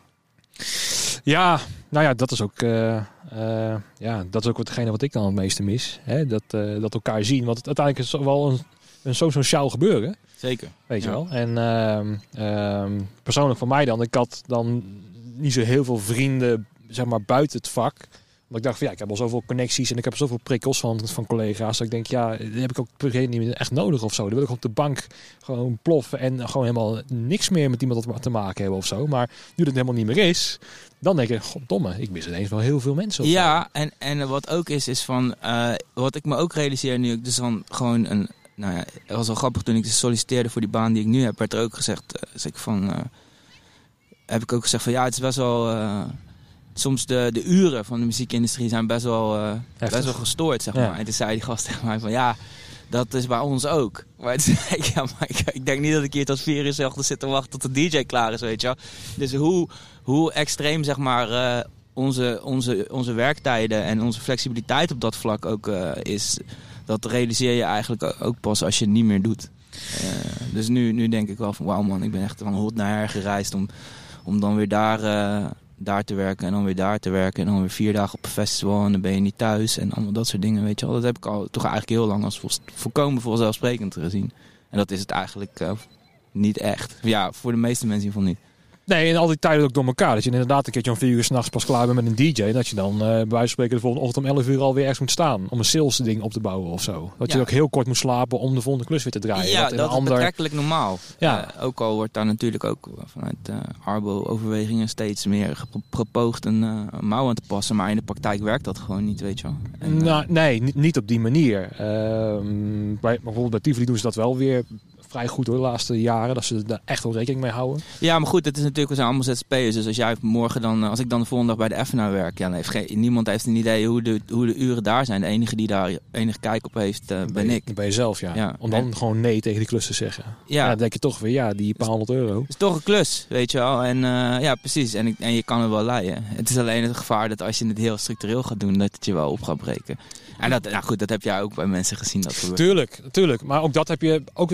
Ja, nou ja, dat is ook, uh, uh, ja, dat is ook hetgene wat ik dan het meeste mis. Hè? Dat, uh, dat elkaar zien. Want het, uiteindelijk is het wel een, een zo sociaal gebeuren. Zeker. Weet je ja. wel. En uh, uh, persoonlijk voor mij dan, ik had dan niet zo heel veel vrienden, zeg maar, buiten het vak. Want ik dacht van ja, ik heb al zoveel connecties en ik heb zoveel prikkels van, van collega's. Dat ik denk, ja, dat heb ik ook niet meer echt nodig of zo. Dan wil ik op de bank gewoon ploffen en gewoon helemaal niks meer met iemand te maken hebben of zo. Maar nu dat het helemaal niet meer is, dan denk ik, goddomme, ik mis ineens wel heel veel mensen. Ja, en, en wat ook is, is van, uh, wat ik me ook realiseer nu ik dus dan gewoon een, nou ja, het was wel grappig toen ik dus solliciteerde voor die baan die ik nu heb, werd er ook gezegd, uh, zeg ik van, uh, heb ik ook gezegd van ja, het is best wel... Uh, Soms de, de uren van de muziekindustrie zijn best wel, uh, best wel gestoord, zeg maar. Ja. En toen zei die gast tegen mij van, ja, dat is bij ons ook. Maar toen zei ik, ja, maar ik, ik denk niet dat ik hier tot vier uur zelf zit te wachten tot de D J klaar is, weet je wel. Dus hoe, hoe extreem, zeg maar, uh, onze, onze, onze werktijden en onze flexibiliteit op dat vlak ook uh, is, dat realiseer je eigenlijk ook pas als je het niet meer doet. Uh, dus nu, nu denk ik wel van, wauw man, ik ben echt van hot naar her gereisd om, om dan weer daar... Uh, daar te werken en dan weer daar te werken en dan weer vier dagen op een festival en dan ben je niet thuis en allemaal dat soort dingen, weet je wel. Dat heb ik al toch eigenlijk heel lang als volkomen vanzelfsprekend gezien. En dat is het eigenlijk uh, niet echt. Ja, voor de meeste mensen in ieder geval niet. Nee, en al die tijden ook door elkaar. Dat je inderdaad een keertje om vier uur 's nachts pas klaar bent met een D J. Dat je dan uh, bij wijze van spreken de volgende ochtend om elf uur alweer ergens moet staan. Om een sales ding op te bouwen of zo. Dat ja. je ook heel kort moet slapen om de volgende klus weer te draaien. Ja, dat, dat is ander... betrekkelijk normaal. Ja. Uh, ook al wordt daar natuurlijk ook vanuit uh, Arbo-overwegingen steeds meer gepoogd een uh, mouw aan te passen. Maar in de praktijk werkt dat gewoon niet, weet je wel. En, uh... nou, nee, niet, niet op die manier. Uh, bij, bijvoorbeeld bij Tivoli doen ze dat wel weer... vrij goed hoor, de laatste jaren, dat ze daar echt wel rekening mee houden. Ja, maar goed, het is natuurlijk, we zijn allemaal Z Z P'ers, dus als jij morgen dan, als ik dan de volgende dag bij de Effenaar werk, ja, dan heeft geen, niemand heeft een idee hoe de, hoe de uren daar zijn. De enige die daar enige kijk op heeft, uh, ben, ben ik. Dan ben je zelf, ja. ja. Om dan en... gewoon nee tegen die klus te zeggen. Ja. ja, dan denk je toch weer, ja, die paar honderd euro. Het is toch een klus, weet je wel. En uh, ja, precies. En, ik, en je kan er wel leiden. Het is alleen het gevaar dat als je het heel structureel gaat doen, dat het je wel op gaat breken. En dat, nou goed, dat heb jij ook bij mensen gezien. Dat tuurlijk, tuurlijk. Maar ook dat heb je ook weer zelf in de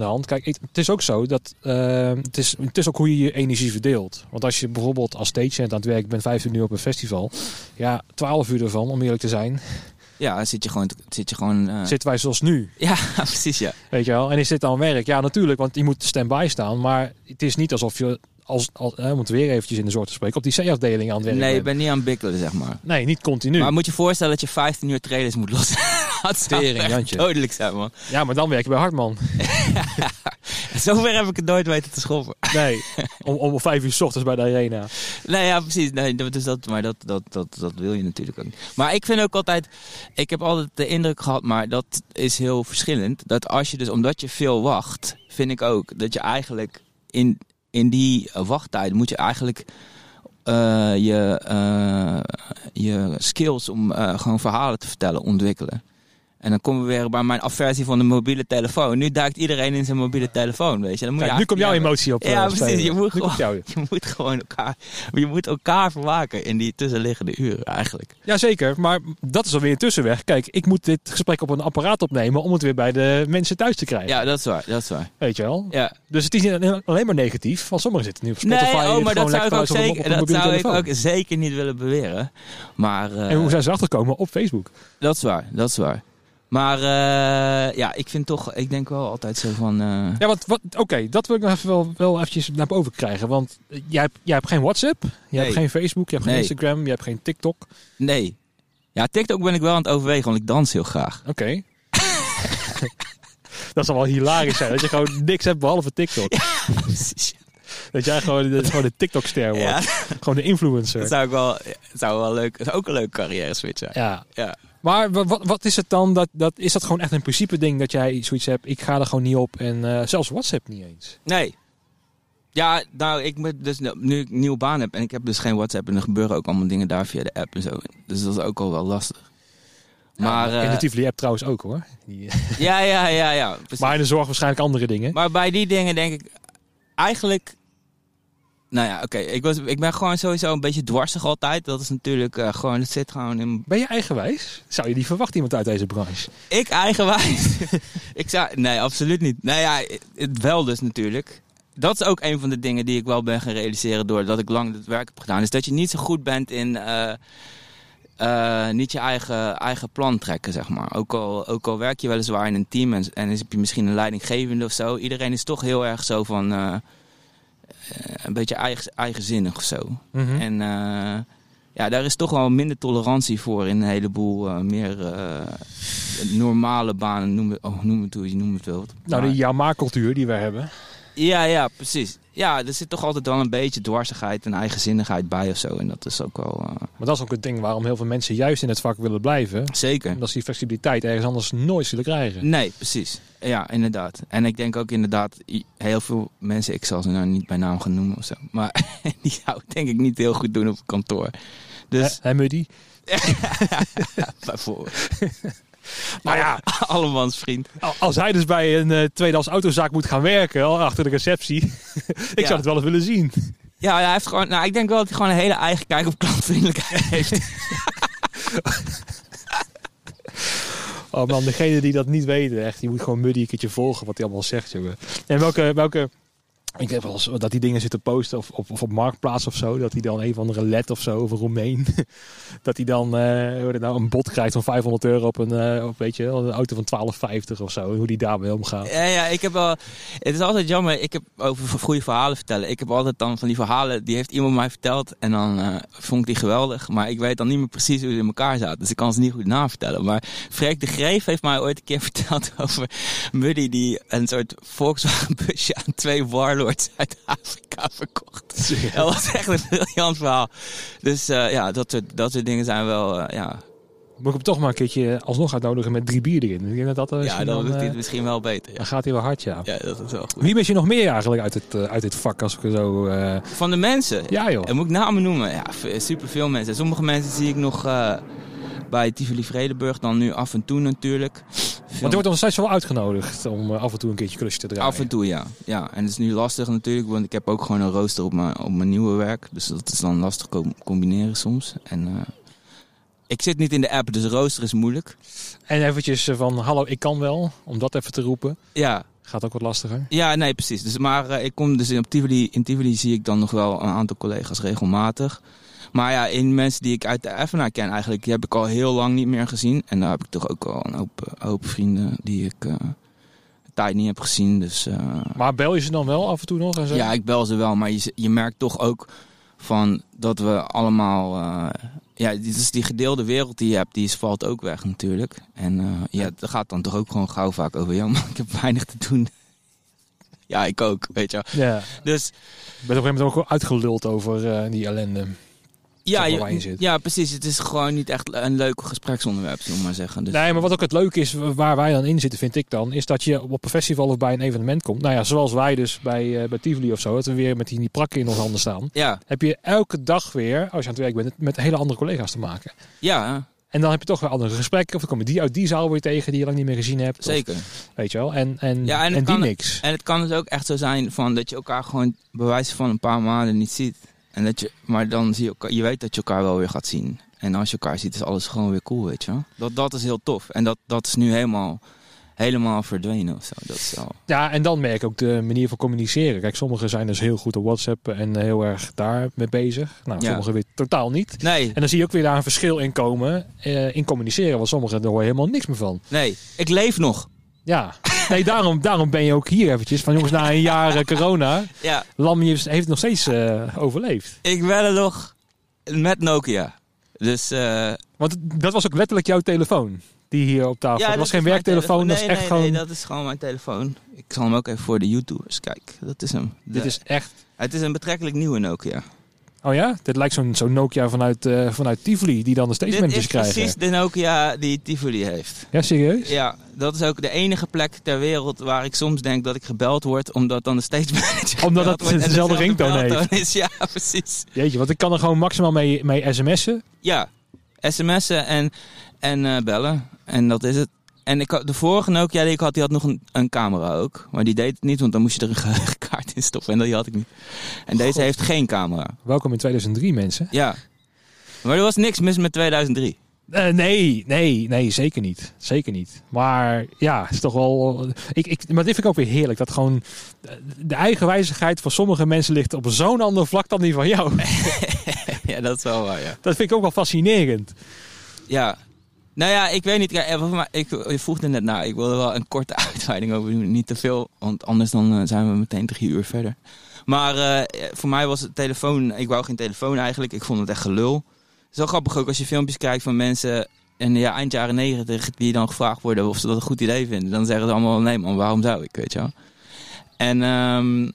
hand, kijk, ik, het is ook zo dat uh, het, is, het is ook hoe je je energie verdeelt. Want als je bijvoorbeeld als stagehand aan het werk bent, vijftien uur op een festival, ja, twaalf uur ervan, om eerlijk te zijn. Ja, dan zit je gewoon... Zit je gewoon uh... Zitten wij zoals nu. Ja, precies, ja. Weet je wel? En is dit dan werk? Ja, natuurlijk, want je moet stand-by staan. Maar het is niet alsof je, als, als, hè, om het weer eventjes in de zorg te spreken, op die C-afdeling aan het werk Nee, je bent. bent niet aan het bikkelen, zeg maar. Nee, niet continu. Maar moet je voorstellen dat je vijftien uur trailers moet lossen. Dat zou Tering, echt Jantje. dodelijk zijn, man. Ja, maar dan werk je bij Hartman. Zover heb ik het nooit weten te schoppen. Nee, om, om vijf uur 's ochtends bij de arena. Nee, ja, precies. Nee, dus dat, maar dat, dat, dat, dat wil je natuurlijk ook niet. Maar ik vind ook altijd... Ik heb altijd de indruk gehad, maar dat is heel verschillend. Dat als je dus, omdat je veel wacht, vind ik ook dat je eigenlijk in, in die wachttijd moet je eigenlijk... Uh, je, uh, je skills om uh, gewoon verhalen te vertellen ontwikkelen. En dan komen we weer bij mijn aversie van de mobiele telefoon. Nu duikt iedereen in zijn mobiele telefoon, weet je. Dan moet Kijk, je nu komt jouw hebben. emotie op. Ja, uh, precies. Je moet, nu gewoon, jou. je moet gewoon elkaar, je moet elkaar verwaken in die tussenliggende uren eigenlijk. Jazeker, maar dat is alweer een tussenweg. Kijk, ik moet dit gesprek op een apparaat opnemen om het weer bij de mensen thuis te krijgen. Ja, dat is waar. Dat is waar. Weet je wel? Ja. Dus het is niet alleen maar negatief. Want sommigen zitten nu op Spotify. Nee, oh, maar dat zou ik ook op, zeker, op, op dat zou ik telefoon. ook zeker niet willen beweren. Maar, uh, En hoe zijn ze achterkomen? Op Facebook. Dat is waar, dat is waar. Maar uh, ja, ik vind toch, ik denk wel altijd zo van... Uh... Ja, want wat, oké, okay, dat wil ik nog even wel, wel eventjes naar boven krijgen. Want jij hebt, jij hebt geen WhatsApp, je nee. hebt geen Facebook, je hebt geen nee. Instagram, je hebt geen TikTok. Nee. Ja, TikTok ben ik wel aan het overwegen, want ik dans heel graag. Oké. Okay. Dat zal wel hilarisch zijn, dat je gewoon niks hebt behalve TikTok. Ja, precies. Dat jij gewoon de, gewoon de TikTok-ster wordt. Ja. Gewoon de influencer. Dat zou ik wel, zou wel leuk, dat zou ook een leuke carrière switch zijn. Ja. Ja. Maar wat, wat is het dan? Dat, dat, is dat gewoon echt een principe ding dat jij zoiets hebt? Ik ga er gewoon niet op en uh, zelfs WhatsApp niet eens. Nee. Ja, nou, ik moet dus nu ik een nieuwe baan heb en ik heb dus geen WhatsApp en er gebeuren ook allemaal dingen daar via de app en zo. Dus dat is ook al wel lastig. Maar, ja, in uh, de Tivoli app trouwens ook hoor. Die, ja, ja, ja, ja. Precies. Maar in de zorg waarschijnlijk andere dingen. Maar bij die dingen denk ik eigenlijk... Nou ja, oké. Okay. Ik, was, ik ben gewoon sowieso een beetje dwarsig altijd. Dat is natuurlijk uh, gewoon... Het zit gewoon in... Ben je eigenwijs? Zou je niet verwachten iemand uit deze branche? Ik eigenwijs? ik zou... Nee, absoluut niet. Nou ja, het wel dus natuurlijk. Dat is ook een van de dingen die ik wel ben gaan realiseren... doordat ik lang het werk heb gedaan. Is dat je niet zo goed bent in... Uh, uh, niet je eigen, eigen plan trekken, zeg maar. Ook al, ook al werk je weliswaar in een team... en, en heb je misschien een leidinggevende of zo. Iedereen is toch heel erg zo van... Uh, Uh, een beetje eigen, eigenzinnig of zo. Mm-hmm. En uh, ja, daar is toch wel minder tolerantie voor in een heleboel uh, meer uh, normale banen. Noem het, oh, noem het hoe je noemt het wel. Nou, maar, die ja-maar-cultuur die wij hebben. Ja, ja, precies. Ja, er zit toch altijd wel een beetje dwarsigheid en eigenzinnigheid bij of zo. En dat is ook wel... Uh... Maar dat is ook het ding waarom heel veel mensen juist in het vak willen blijven. Zeker. Dat ze die flexibiliteit ergens anders nooit zullen krijgen. Nee, precies. Ja, inderdaad. En ik denk ook inderdaad, heel veel mensen, ik zal ze nou niet bij naam gaan noemen of zo. Maar die zou het denk ik niet heel goed doen op het kantoor. Dus... Hé, Muddy? Bijvoorbeeld. Nou ja, allemans vriend. Als hij dus bij een uh, tweedehands autozaak moet gaan werken, al achter de receptie. ik ja. zou het wel eens willen zien. Ja, hij heeft gewoon. Nou, ik denk wel dat hij gewoon een hele eigen kijk op klantvriendelijkheid heeft. Oh man, degene die dat niet weten, echt, die moet gewoon Muddy een keertje volgen wat hij allemaal zegt, jongen. En welke, welke, ik heb wel eens dat die dingen zitten posten of op, of op Marktplaats of zo, dat hij dan een of andere led of zo, of een Roemeen, dat hij dan uh, nou, een bod krijgt van vijfhonderd euro op een, uh, op, weet je, een auto van twaalf vijftig of zo, hoe die daarmee omgaat. Ja, ja, ik heb wel, het is altijd jammer, ik heb over goede verhalen vertellen. Ik heb altijd dan van die verhalen, die heeft iemand mij verteld en dan uh, vond ik die geweldig, maar ik weet dan niet meer precies hoe ze in elkaar zaten, dus ik kan ze niet goed navertellen. Maar Freek de Greef heeft mij ooit een keer verteld over Muddy die een soort Volkswagen busje aan twee warlords uit Afrika verkocht. Ja. Dat was echt een briljant verhaal. Dus uh, ja, dat soort, dat soort dingen zijn wel, uh, ja... Moet ik hem toch maar een keertje alsnog uitnodigen met drie bier erin. Ik denk dat dat ja, dan doet hij het uh, misschien wel beter. Ja. Dan gaat hij wel hard, ja. Ja, dat is wel goed. Wie mis je nog meer eigenlijk uit, het, uh, uit dit vak? Als ik zo, uh... Van de mensen? Ja, joh. En moet ik namen noemen? Ja, super veel mensen. Sommige mensen zie ik nog uh, bij Tivoli Vredenburg, dan nu af en toe natuurlijk. Want er wordt nog steeds wel uitgenodigd om uh, af en toe een keertje klusje te draaien. Af en toe, ja. ja. En het is nu lastig natuurlijk, want ik heb ook gewoon een rooster op mijn, op mijn nieuwe werk. Dus dat is dan lastig co- combineren soms. En uh, ik zit niet in de app, dus rooster is moeilijk. En eventjes van, hallo, ik kan wel, om dat even te roepen. Ja, Gaat ook wat lastiger. Ja, nee, precies. Dus, maar uh, ik kom dus op Tivoli, in Tivoli zie ik dan nog wel een aantal collega's regelmatig. Maar ja, in mensen die ik uit de Evenaar ken eigenlijk, die heb ik al heel lang niet meer gezien. En daar heb ik toch ook al een hoop, hoop vrienden die ik uh, de tijd niet heb gezien. Dus, uh, maar bel je ze dan wel af en toe nog? En zo? Ja, ik bel ze wel. Maar je, je merkt toch ook van dat we allemaal... Uh, ja, dus die gedeelde wereld die je hebt, die valt ook weg natuurlijk. En uh, ja, dat gaat dan toch ook gewoon gauw vaak over, ja, man, ik heb weinig te doen. Ja, ik ook, weet je wel. Ja. Dus... Je bent op een gegeven moment ook geluld over uh, die ellende. Ja, je, ja, precies. Het is gewoon niet echt een leuk gespreksonderwerp, zullen we maar zeggen. Dus, nee, maar wat ook het leuke is, waar wij dan in zitten, vind ik dan, is dat je op een festival of bij een evenement komt. Nou ja, zoals wij dus bij, uh, bij Tivoli of zo, dat we weer met die, die prakken in onze handen staan. Ja. Heb je elke dag weer, als je aan het werk bent, met hele andere collega's te maken. Ja. En dan heb je toch weer andere gesprekken. Of dan komen die uit die zaal weer tegen die je lang niet meer gezien hebt. Zeker. Of, weet je wel. En, en, ja, en, en die kan, niks. En het kan dus ook echt zo zijn van dat je elkaar gewoon bij wijze van een paar maanden niet ziet. En dat je, maar dan zie je elkaar, je weet dat je elkaar wel weer gaat zien. En als je elkaar ziet is alles gewoon weer cool, weet je wel. Dat, dat is heel tof. En dat, dat is nu helemaal, helemaal verdwenen of zo. Dat is wel... Ja, en dan merk ik ook de manier van communiceren. Kijk, sommigen zijn dus heel goed op WhatsApp en heel erg daarmee bezig. Nou, ja. sommigen weer totaal niet. Nee. En dan zie je ook weer daar een verschil in komen uh, in communiceren. Want sommigen, daar hoor je helemaal niks meer van. Nee, ik leef nog. Ja, nee, daarom, daarom ben je ook hier eventjes. Van jongens, na een jaar uh, corona, ja. Lam heeft het nog steeds uh, overleefd. Ik ben er nog met Nokia. Dus, uh... Want dat was ook letterlijk jouw telefoon, die hier op tafel. Ja, dat dat was geen werktelefoon, nee, dat is nee, echt nee, gewoon... Nee, dat is gewoon mijn telefoon. Ik zal hem ook even voor de YouTubers kijken. Dat is hem. Dit de... is echt... Het is een betrekkelijk nieuwe Nokia. Oh ja? Dit lijkt zo'n, zo'n Nokia vanuit, uh, vanuit Tivoli, die dan de stage managers krijgen. Dit is precies de Nokia die Tivoli heeft. Ja, serieus? Ja, dat is ook de enige plek ter wereld waar ik soms denk dat ik gebeld word, omdat dan de stage manager Omdat het wordt dezelfde ringtoon heeft. Is. Ja, precies. Jeetje, want ik kan er gewoon maximaal mee, mee sms'en. Ja, sms'en en, en uh, bellen. En dat is het. En ik had, de vorige Nokia die ik had, die had nog een, een camera ook. Maar die deed het niet, want dan moest je er een geheugenkaart in stoppen. En die had ik niet. En deze God. heeft geen camera. Welkom in tweeduizend drie, mensen. Ja. Maar er was niks mis met tweeduizend drie. Uh, nee, nee, nee, zeker niet. Zeker niet. Maar ja, het is toch wel... Ik, ik, maar dit vind ik ook weer heerlijk. Dat gewoon de eigenwijzigheid van sommige mensen ligt op zo'n ander vlak dan die van jou. Ja, dat is wel waar, ja. Dat vind ik ook wel fascinerend. Ja. Nou ja, ik weet niet. Ik, je vroeg er net naar. Ik wilde wel een korte uitweiding over doen. Niet te veel, want anders dan zijn we meteen drie uur verder. Maar uh, voor mij was het telefoon... Ik wou geen telefoon eigenlijk. Ik vond het echt gelul. Het is wel grappig ook als je filmpjes kijkt van mensen... En ja, eind jaren negentig, die dan gevraagd worden of ze dat een goed idee vinden. Dan zeggen ze allemaal, nee man, waarom zou ik, weet je wel. En um,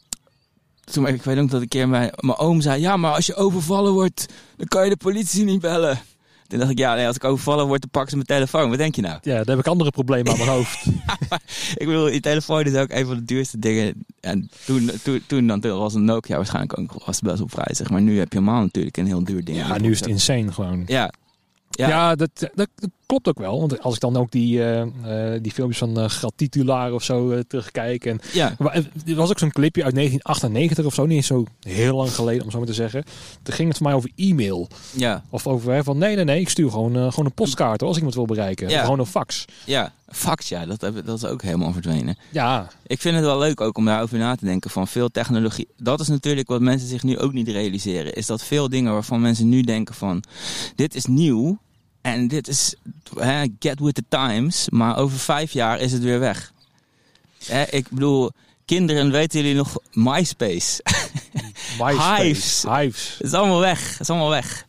toen, ik weet ook dat een keer mijn, mijn oom zei... Ja, maar als je overvallen wordt, dan kan je de politie niet bellen. Toen dacht ik, ja, nee, als ik overvallen word, dan pakken ze mijn telefoon. Wat denk je nou? Ja, dan heb ik andere problemen aan mijn hoofd. Ja, ik bedoel, die telefoon is ook een van de duurste dingen. En toen, toen, toen dan was een Nokia waarschijnlijk ook was best wel prijzig. Maar nu heb je helemaal natuurlijk een heel duur ding. Ja, nu is het insane gewoon. Ja. Ja, ja dat, dat, dat klopt ook wel. Want als ik dan ook die, uh, uh, die filmpjes van uh, Gratitulaar of zo uh, terugkijk. En ja. Er was ook zo'n clipje uit negentien achtennegentig of zo. Niet zo heel lang geleden, om zo maar te zeggen. Toen ging het voor mij over e-mail. Ja. Of over hè, van nee, nee, nee. Ik stuur gewoon, uh, gewoon een postkaart hoor, als ik iemand wil bereiken. Ja. Gewoon een fax. Ja, fax, ja. Dat, dat is ook helemaal verdwenen. Ja. Ik vind het wel leuk ook om daarover na te denken. Van veel technologie. Dat is natuurlijk wat mensen zich nu ook niet realiseren. Is dat veel dingen waarvan mensen nu denken van... Dit is nieuw. En dit is hè, get with the times, maar over vijf jaar is het weer weg. Hè, ik bedoel, kinderen, weten jullie nog MySpace? MySpace. Hives. Hives. Het is allemaal weg. Het is allemaal weg.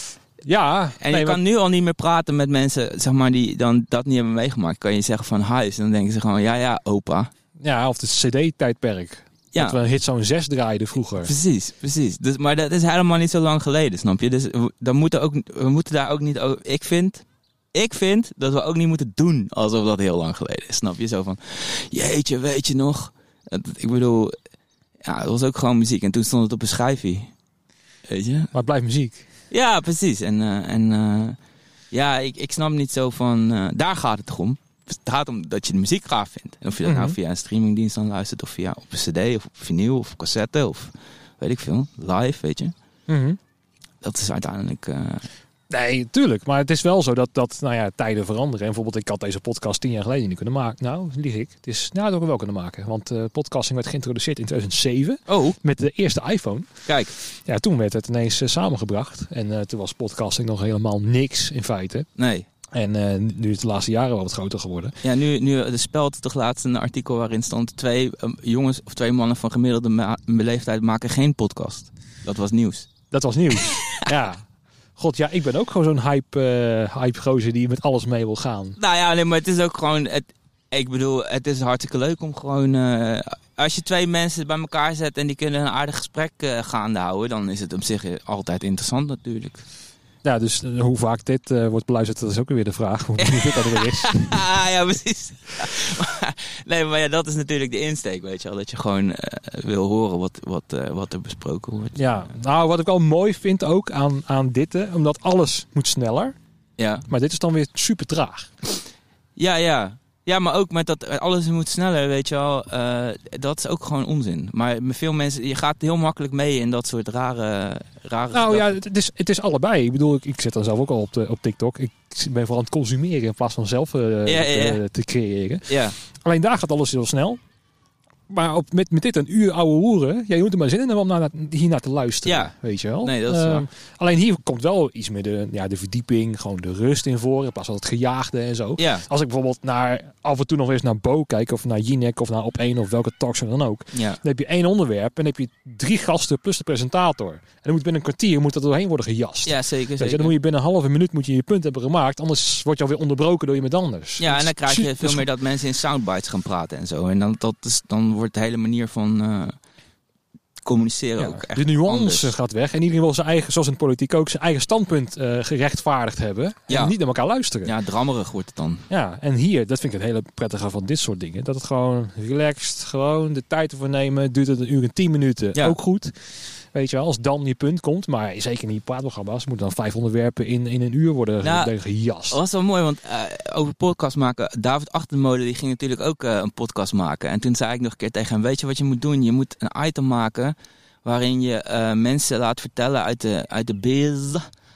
Ja. En nee, je kan maar... nu al niet meer praten met mensen, zeg maar, die dan dat niet hebben meegemaakt. Kan je zeggen van Hives, en dan denken ze gewoon, ja, ja, opa. Ja, of het C D-tijdperk. Ja. Dat we een hit zo'n zes draaiden vroeger. Precies, precies. Dus, maar dat is helemaal niet zo lang geleden, snap je? Dus dan moeten ook, we moeten daar ook niet over... Ik vind, ik vind dat we ook niet moeten doen alsof dat heel lang geleden is, snap je? Zo van, jeetje, weet je nog? Ik bedoel, ja, het was ook gewoon muziek. En toen stond het op een schijfje. Weet je? Maar het blijft muziek. Ja, precies. En, uh, en uh, ja, ik, ik snap niet zo van... Uh, daar gaat het toch om. Het gaat om dat je de muziek gaaf vindt. En of je dat mm-hmm. nou via een streamingdienst dan luistert... of via op een cd, of op vinyl, of op cassette... of weet ik veel, live, weet je. Mm-hmm. Dat is uiteindelijk... Uh, Nee, tuurlijk. Maar het is wel zo dat, dat nou ja, tijden veranderen. En bijvoorbeeld, ik had deze podcast tien jaar geleden niet kunnen maken. Nou, lieg ik. Het is, nou, dat heb ik wel kunnen maken. Want uh, podcasting werd geïntroduceerd in tweeduizend zeven. Oh. Met de eerste iPhone. Kijk. Ja, toen werd het ineens uh, samengebracht. En uh, toen was podcasting nog helemaal niks in feite. Nee. En uh, nu is het de laatste jaren wel wat groter geworden. Ja, nu, nu de Speld toch laatst een artikel waarin stond... twee um, jongens of twee mannen van gemiddelde ma- leeftijd maken geen podcast. Dat was nieuws. Dat was nieuws. Ja. God, ja, ik ben ook gewoon zo'n hype, uh, hype gozer die met alles mee wil gaan. Nou ja, nee, maar het is ook gewoon... Het, ik bedoel, het is hartstikke leuk om gewoon... Uh, als je twee mensen bij elkaar zet en die kunnen een aardig gesprek uh, gaande houden... dan is het op zich altijd interessant natuurlijk. Ja, dus uh, hoe vaak dit uh, wordt beluisterd, dat is ook weer de vraag. Hoe nieuw dit dan weer is. Ja, precies. maar, nee, maar ja, dat is natuurlijk de insteek, weet je wel. Dat je gewoon uh, wil horen wat, wat, uh, wat er besproken wordt. Ja, nou wat ik wel mooi vind ook aan, aan dit, hè, omdat alles moet sneller. Ja. Maar dit is dan weer super traag. Ja, ja. Ja, maar ook met dat alles moet sneller, weet je wel. Uh, dat is ook gewoon onzin. Maar met veel mensen, je gaat heel makkelijk mee in dat soort rare... rare nou gedachten. ja, het is, het is allebei. Ik bedoel, ik, ik zit dan zelf ook al op, de, op TikTok. Ik ben vooral aan het consumeren in plaats van zelf uh, ja, ja, ja. Te, te creëren. Ja. Alleen daar gaat alles heel snel. Maar op, met, met dit een uur ouwe hoeren, ja, je moet er maar zin in hebben om naar, hier naar te luisteren. Ja. Weet je wel. Nee, dat is uh, waar. Alleen hier komt wel iets meer de, ja, de verdieping, gewoon de rust in voor. In plaats van het gejaagde en zo. Ja. Als ik bijvoorbeeld naar, af en toe nog eens naar Bo kijk, of naar Jinek, of naar Op één, of welke talkshow dan ook. Ja. Dan heb je één onderwerp en dan heb je drie gasten plus de presentator. En dan moet binnen een kwartier moet dat doorheen worden gejast. Ja, zeker. Weet je, zeker. dan moet je binnen een halve minuut moet je je punt hebben gemaakt. Anders word je alweer onderbroken door iemand anders. Ja, en dan krijg je Dus- veel meer dat mensen in soundbites gaan praten en zo. En dan, dat is, dan wordt de hele manier van uh, communiceren Ja, ook echt de nuance anders. gaat weg. En iedereen wil zijn eigen, zoals in de politiek ook, zijn eigen standpunt uh, gerechtvaardigd hebben. En Ja. niet naar elkaar luisteren. Ja. Ja, drammerig wordt het dan. ja, en hier, dat vind ik het hele prettige van dit soort dingen. Dat het gewoon relaxed, gewoon de tijd ervoor nemen. Duurt het een uur en tien minuten, Ja. ook goed. Weet je wel, als dan je punt komt. Maar zeker niet praatprogramma's. Moeten dan vijf onderwerpen in, in een uur worden Nou, gejast. Dat was wel mooi, want uh, over podcast maken... David Achtermolen die ging natuurlijk ook uh, een podcast maken. En toen zei ik nog een keer tegen hem... Weet je wat je moet doen? Je moet een item maken... waarin je uh, mensen laat vertellen uit de, uit de biz...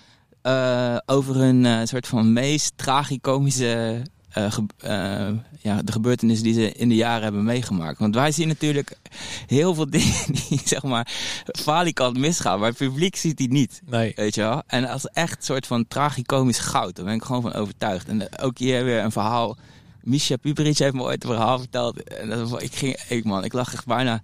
Uh, over hun uh, soort van meest tragicomische... Uh, ge- uh, ja, de gebeurtenissen die ze in de jaren hebben meegemaakt. Want wij zien natuurlijk heel veel dingen die, zeg maar, falikant misgaan. Maar het publiek ziet die niet. Nee. Weet je wel? En als echt soort van tragicomisch goud. Daar ben ik gewoon van overtuigd. En uh, ook hier weer een verhaal. Misha Puperic heeft me ooit een verhaal verteld. En dat, ik, ging, ik, man, ik lag echt bijna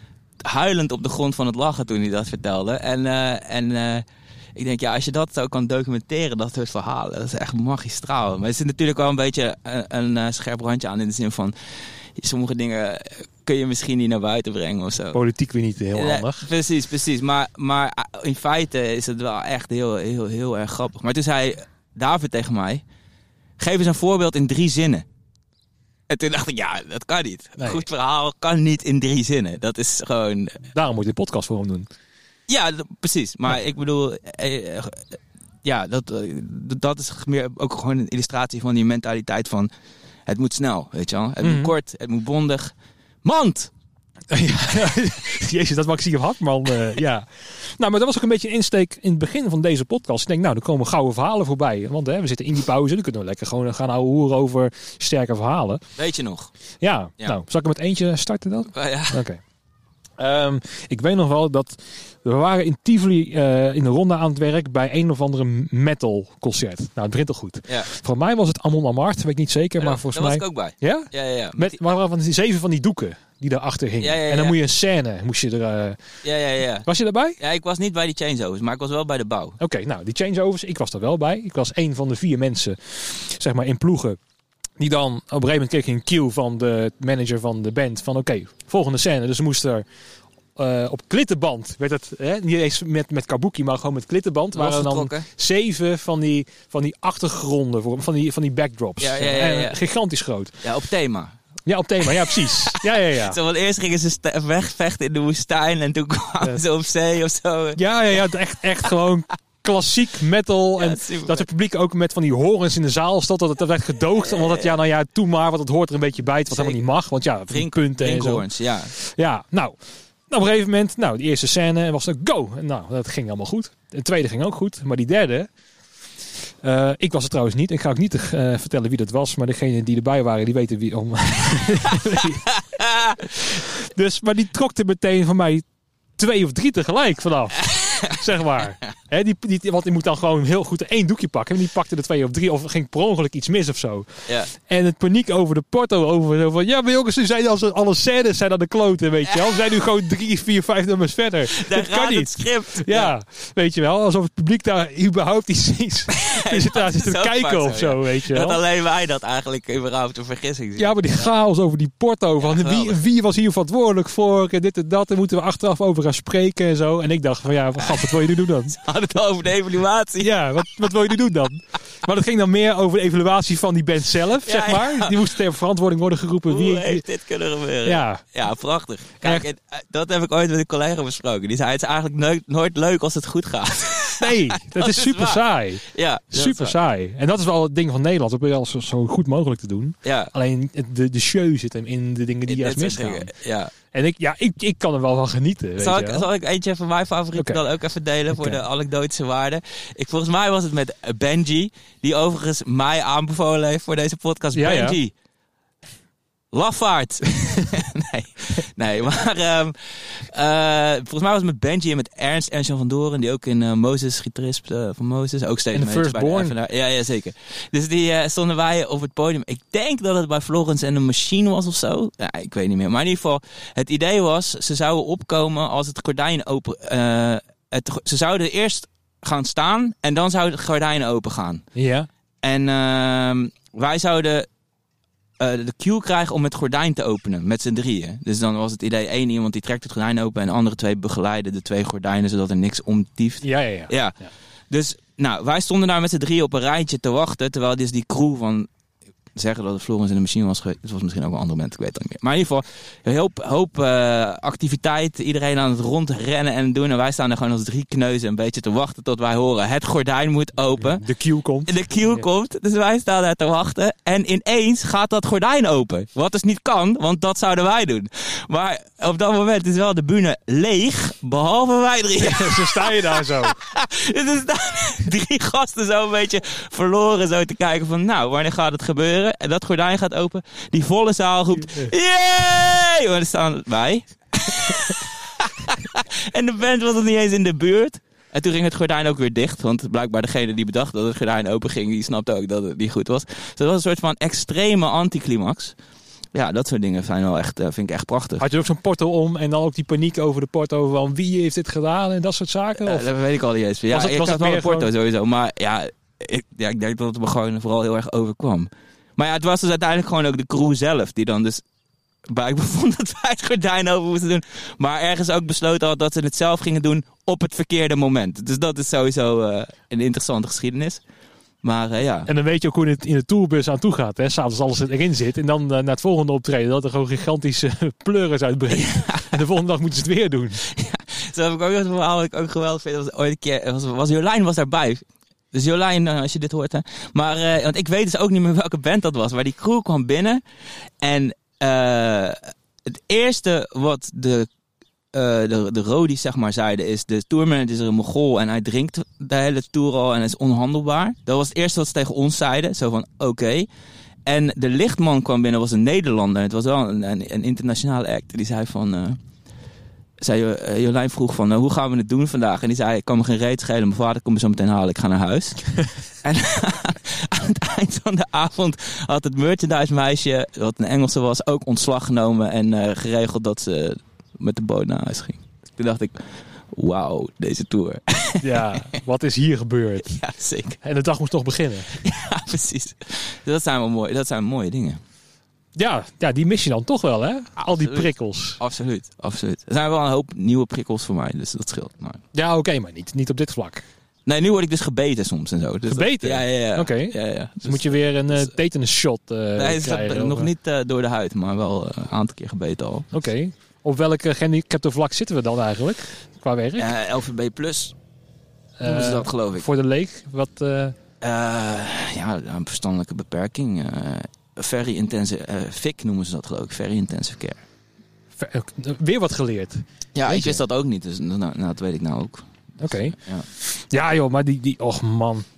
huilend op de grond van het lachen toen hij dat vertelde. En... Uh, en uh, ik denk, ja, als je dat zo kan documenteren, dat soort verhalen, dat is echt magistraal. Maar er zit natuurlijk wel een beetje een, een uh, scherp randje aan in de zin van, sommige dingen kun je misschien niet naar buiten brengen of zo. Politiek weer niet heel Ja, handig. precies, precies. Maar, maar in feite is het wel echt heel, heel, heel erg grappig. Maar toen zei David tegen mij, geef eens een voorbeeld in drie zinnen. En toen dacht ik, ja, dat kan niet. Een Nee. goed verhaal kan niet in drie zinnen. Dat is gewoon... Daarom moet je de podcast voor hem doen. Ja, d- precies. Maar ja. ik bedoel, eh, eh, ja, dat, eh, dat is meer ook gewoon een illustratie van die mentaliteit van het moet snel, weet je wel. Het Mhm. moet kort, het moet bondig. Mand! Ja, jezus, dat maakt zie je hard, man. Uh, ja. Nou, maar dat was ook een beetje een insteek in het begin van deze podcast. Ik denk, nou, er komen gouden verhalen voorbij. Want hè, we zitten in die pauze, dan kunnen we lekker gewoon gaan ouwe hoeren over sterke verhalen. Weet je nog? Ja, Ja. nou, zal ik er met eentje starten dan? Uh, ja. Oké. Okay. Um, ik weet nog wel dat we waren in Tivoli uh, in de ronde aan het werk bij een of andere metal concert. Nou, het begint al goed. Ja. Voor mij was het Amon Amarth, weet ik niet zeker, Ja, maar dat, volgens daar mij... was ik ook bij. Ja? Ja, ja, ja. Met, waren van die zeven van die doeken die daarachter hingen. Ja, ja, ja. En dan moet je een scène, moest je er... Uh... Ja, ja, ja. Was je daarbij? Ja, ik was niet bij die changeovers, maar ik was wel bij de bouw. Oké, okay, nou, die changeovers, ik was er wel bij. Ik was een van de vier mensen, zeg maar, in ploegen. Die dan, op een gegeven moment kreeg je een cue van de manager van de band. Van oké, okay, volgende scène. Dus we moesten er... Uh, op klittenband werd het, hè? Niet eens met, met kabuki, maar gewoon met klittenband. Waren er dan zeven van die, van die achtergronden, van die, van die backdrops. Ja, ja, ja, ja. En gigantisch groot. Ja, op thema. Ja, op thema, ja, precies. Ja, ja, ja. Zo, want eerst gingen ze st- wegvechten in de woestijn en toen kwamen ja. ze op zee of zo. Ja, ja, ja, echt, echt gewoon klassiek metal. Ja, en super. dat het publiek ook met van die horens in de zaal stond. Dat het werd gedoogd. Ja, ja, ja. Omdat, ja, nou ja, toe maar, want het hoort er een beetje bij. Wat Zeker. Helemaal niet mag. Want ja, Drink, punten en zo. Ja. Ja, nou... Nou, op een gegeven moment, nou, die eerste scène was er go. En nou, dat ging allemaal goed. De tweede ging ook goed. Maar die derde, Uh, ik was het trouwens niet. Ik ga ook niet uh, vertellen wie dat was. Maar degenen die erbij waren, die weten wie om. Dus, maar die trok er meteen van mij twee of drie tegelijk vanaf. Zeg maar. He, die, die, want die moet dan gewoon heel goed één doekje pakken. En die pakte er twee of drie. Of ging per ongeluk iets mis of zo. Ja. En het paniek over de porto. Over zo van, ja, maar jongens, nu zijn als alle scènes zijn aan de kloten, weet je wel. We zijn nu gewoon drie, vier, vijf nummers verder. Daar dat kan niet. Het script. Ja, ja, weet je wel. Alsof het publiek daar überhaupt iets is. Je zit daar zit te kijken of zo, ja. Weet je wel. Dat alleen wij dat eigenlijk überhaupt een vergissing zien. Ja, maar die chaos over die porto. Van ja, wie, wie was hier verantwoordelijk voor? En dit en dat. Daar moeten we achteraf over gaan spreken en zo. En ik dacht van, ja, gast, wat wil je nu doen dan? Ze hadden het over de evaluatie. Ja, wat, wat wil je nu doen dan? Maar dat ging dan meer over de evaluatie van die band zelf, ja, zeg maar. Ja. Die moest ter verantwoording worden geroepen. Hoe wie heeft dit kunnen gebeuren? Ja, ja prachtig. Kijk, en, dat heb ik ooit met een collega besproken. Die zei, het is eigenlijk nooit, nooit leuk als het goed gaat. Nee, dat, dat is super is saai. Ja, super saai. En dat is wel het ding van Nederland. Dat probeer je alles zo goed mogelijk te doen. Ja. Alleen de, de show zit hem in de dingen die juist misgaan. Ja. En ik, ja, ik, ik kan er wel van genieten. Weet zal, je ik, wel? zal ik eentje van mijn favorieten okay. dan ook even delen voor okay. de anekdotische waarde? Ik, volgens mij was het met Benji, die overigens mij aanbevolen heeft voor deze podcast. Ja, Benji. Ja. Lafaard. nee, nee, maar um, uh, volgens mij was het met Benji en met Ernst, Ernst Jan van Doren, die ook in uh, Mozes gitarist uh, van Mozes, ook steeds in de Firstborn. Ja, ja, zeker. Dus die uh, stonden wij op het podium. Ik denk dat het bij Florence and the Machine was of zo. Ja, ik weet niet meer. Maar in ieder geval, het idee was, ze zouden opkomen als het gordijn open. Uh, het, ze zouden eerst gaan staan en dan zou het gordijn open gaan. Ja. En uh, wij zouden Uh, de cue krijgen om het gordijn te openen met z'n drieën. Dus dan was het idee één iemand die trekt het gordijn open en de andere twee begeleiden de twee gordijnen zodat er niks omtieft. Ja, ja, ja. ja. ja. Dus nou, wij stonden daar met z'n drieën op een rijtje te wachten terwijl dus die crew van zeggen dat het Florence in de Machine was geweest. Het was misschien ook een ander moment, ik weet het niet meer. Maar in ieder geval, een hoop, hoop uh, activiteit. Iedereen aan het rondrennen en doen. En wij staan er gewoon als drie kneuzen een beetje te wachten tot wij horen. Het gordijn moet open. De cue komt. De cue ja. komt. Dus wij staan daar te wachten. En ineens gaat dat gordijn open. Wat dus niet kan, want dat zouden wij doen. Maar op dat moment is wel de bühne leeg. Behalve wij drie. Ja, zo sta je daar zo. Dus er staan drie gasten zo een beetje verloren zo te kijken van nou, wanneer gaat het gebeuren? En dat gordijn gaat open. Die volle zaal roept yay! Maar er staan wij. En de band was nog niet eens in de buurt. En toen ging het gordijn ook weer dicht. Want blijkbaar degene die bedacht dat het gordijn open ging, die snapte ook dat het niet goed was. Dus dat was een soort van extreme anticlimax. Ja, dat soort dingen zijn wel echt, uh, vind ik echt prachtig. Had je ook zo'n porto om en dan ook die paniek over de porto van wie heeft dit gedaan en dat soort zaken? Of? Uh, dat weet ik al niet eens. Ja, was het, ik was had het wel een porto gewoon sowieso. Maar ja ik, ja, ik denk dat het me gewoon vooral heel erg overkwam. Maar ja, het was dus uiteindelijk gewoon ook de crew zelf die dan dus bij bevond dat wij het gordijn open moesten doen. Maar ergens ook besloten had dat ze het zelf gingen doen op het verkeerde moment. Dus dat is sowieso uh, een interessante geschiedenis. Maar uh, ja. En dan weet je ook hoe het in de tourbus aan toe gaat. Hè? S'avonds alles erin zit. En dan uh, naar het volgende optreden dat er gewoon gigantische pleuris uitbreekt. Ja. En de volgende dag moeten ze het weer doen. Ja, zo heb ik ook nog een verhaal dat ik ook geweldig vind. Was ooit een keer, was, was Jolijn was daarbij. Dus Jolijn, als je dit hoort. Hè. Maar, uh, want ik weet dus ook niet meer welke band dat was. Maar die crew kwam binnen. En uh, het eerste wat de, uh, de, de Rodies zeg maar zeiden is... De tourmanager is een Mongool en hij drinkt de hele tour al en is onhandelbaar. Dat was het eerste wat ze tegen ons zeiden. Zo van, oké. Okay. En de lichtman kwam binnen, was een Nederlander. Het was wel een, een, een internationale act. Die zei van... Uh, zei, uh, Jolijn vroeg van, uh, hoe gaan we het doen vandaag? En die zei, ik kan me geen reet schelen. Mijn vader komt me zo meteen halen, ik ga naar huis. En aan het eind van de avond had het merchandise meisje, wat een Engelse was, ook ontslag genomen. En uh, geregeld dat ze met de boot naar huis ging. Toen dacht ik, wauw, deze tour. Ja, wat is hier gebeurd? Ja, zeker. En de dag moest nog beginnen. Ja, precies. Dat zijn wel mooie, dat zijn mooie dingen. Ja, ja, die mis je dan toch wel, hè? Absoluut. Al die prikkels. Absoluut, absoluut. Er zijn wel een hoop nieuwe prikkels voor mij, dus dat scheelt. Maar... Ja, oké, okay, maar niet, niet op dit vlak. Nee, nu word ik dus gebeten soms en zo. Dus gebeten? Dat, ja, ja, ja. Oké. Okay. Ja, ja. Dus, dus moet je weer een uh, tetanus shot uh, nee, krijgen? Nee, nog niet uh, door de huid, maar wel uh, een aantal keer gebeten al. Oké. Okay. Op welke gehandicapte vlak zitten we dan eigenlijk, qua werk? Uh, L V B plus. Noemen uh, ze dat, geloof ik. Voor de leek? Wat? Uh... Uh, ja, een verstandelijke beperking. Uh, Very intensive, uh, V I C noemen ze dat geloof ik, Very Intensive Care. Ver, weer wat geleerd. Ja, weet ik wist dat ook niet, dus nou, nou, dat weet ik nou ook. Oké. Okay. Ja. Ja joh, maar die, die, och man.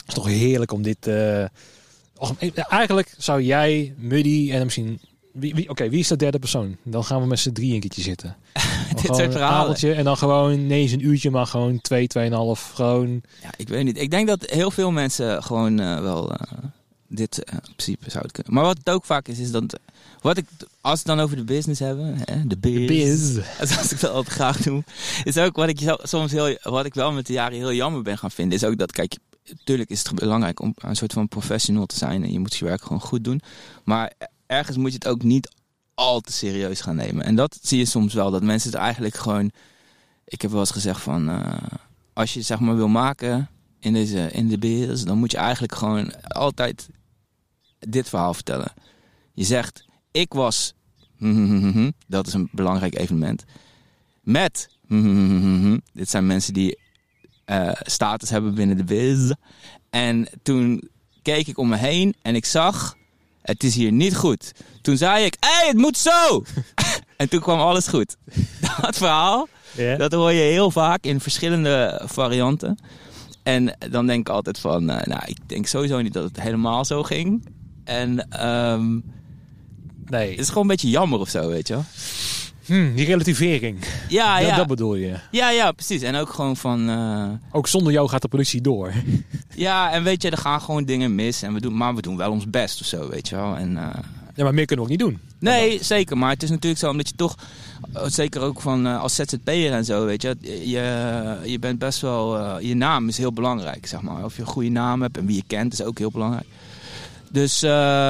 Het is toch heerlijk om dit... Uh, och, eigenlijk zou jij, Muddy en misschien... Wie, wie, Oké, okay, wie is de derde persoon? Dan gaan we met z'n drie een keertje zitten. Dit soort verhalen. En dan gewoon, nee, eens een uurtje, maar gewoon twee, tweeënhalf. Gewoon... Ja, ik weet niet. Ik denk dat heel veel mensen gewoon uh, wel uh, dit uh, in principe zouden kunnen. Maar wat het ook vaak is, is dat... Wat ik, als we het dan over de business hebben, hè, de biz, biz. Zoals ik dat altijd graag doe, is ook wat ik soms heel, wat ik wel met de jaren heel jammer ben gaan vinden, is ook dat, kijk, natuurlijk is het belangrijk om een soort van professional te zijn en je moet je werk gewoon goed doen, maar ergens moet je het ook niet al te serieus gaan nemen. En dat zie je soms wel, dat mensen het eigenlijk gewoon, ik heb wel eens gezegd van, uh, als je zeg maar wil maken in deze in de biz, dan moet je eigenlijk gewoon altijd dit verhaal vertellen. Je zegt, ik was, dat is een belangrijk evenement, met, dit zijn mensen die uh, status hebben binnen de biz. En toen keek ik om me heen en ik zag, het is hier niet goed. Toen zei ik, hé, hey, het moet zo! En toen kwam alles goed. Dat verhaal, yeah. Dat hoor je heel vaak in verschillende varianten. En dan denk ik altijd van, uh, nou, ik denk sowieso niet dat het helemaal zo ging. En um, nee. Het is gewoon een beetje jammer of zo, weet je wel. Hmm, die relativering. Ja, dat, ja. Dat bedoel je. Ja, ja, precies. En ook gewoon van... Uh... Ook zonder jou gaat de politie door. Ja, en weet je, er gaan gewoon dingen mis. En we doen, maar we doen wel ons best of zo, weet je wel. En, uh... ja, maar meer kunnen we ook niet doen. Nee, zeker. Maar het is natuurlijk zo, omdat je toch... Zeker ook van uh, als Z Z P'er en zo, weet je. Je, je bent best wel... Uh, je naam is heel belangrijk, zeg maar. Of je een goede naam hebt en wie je kent is ook heel belangrijk. Dus uh,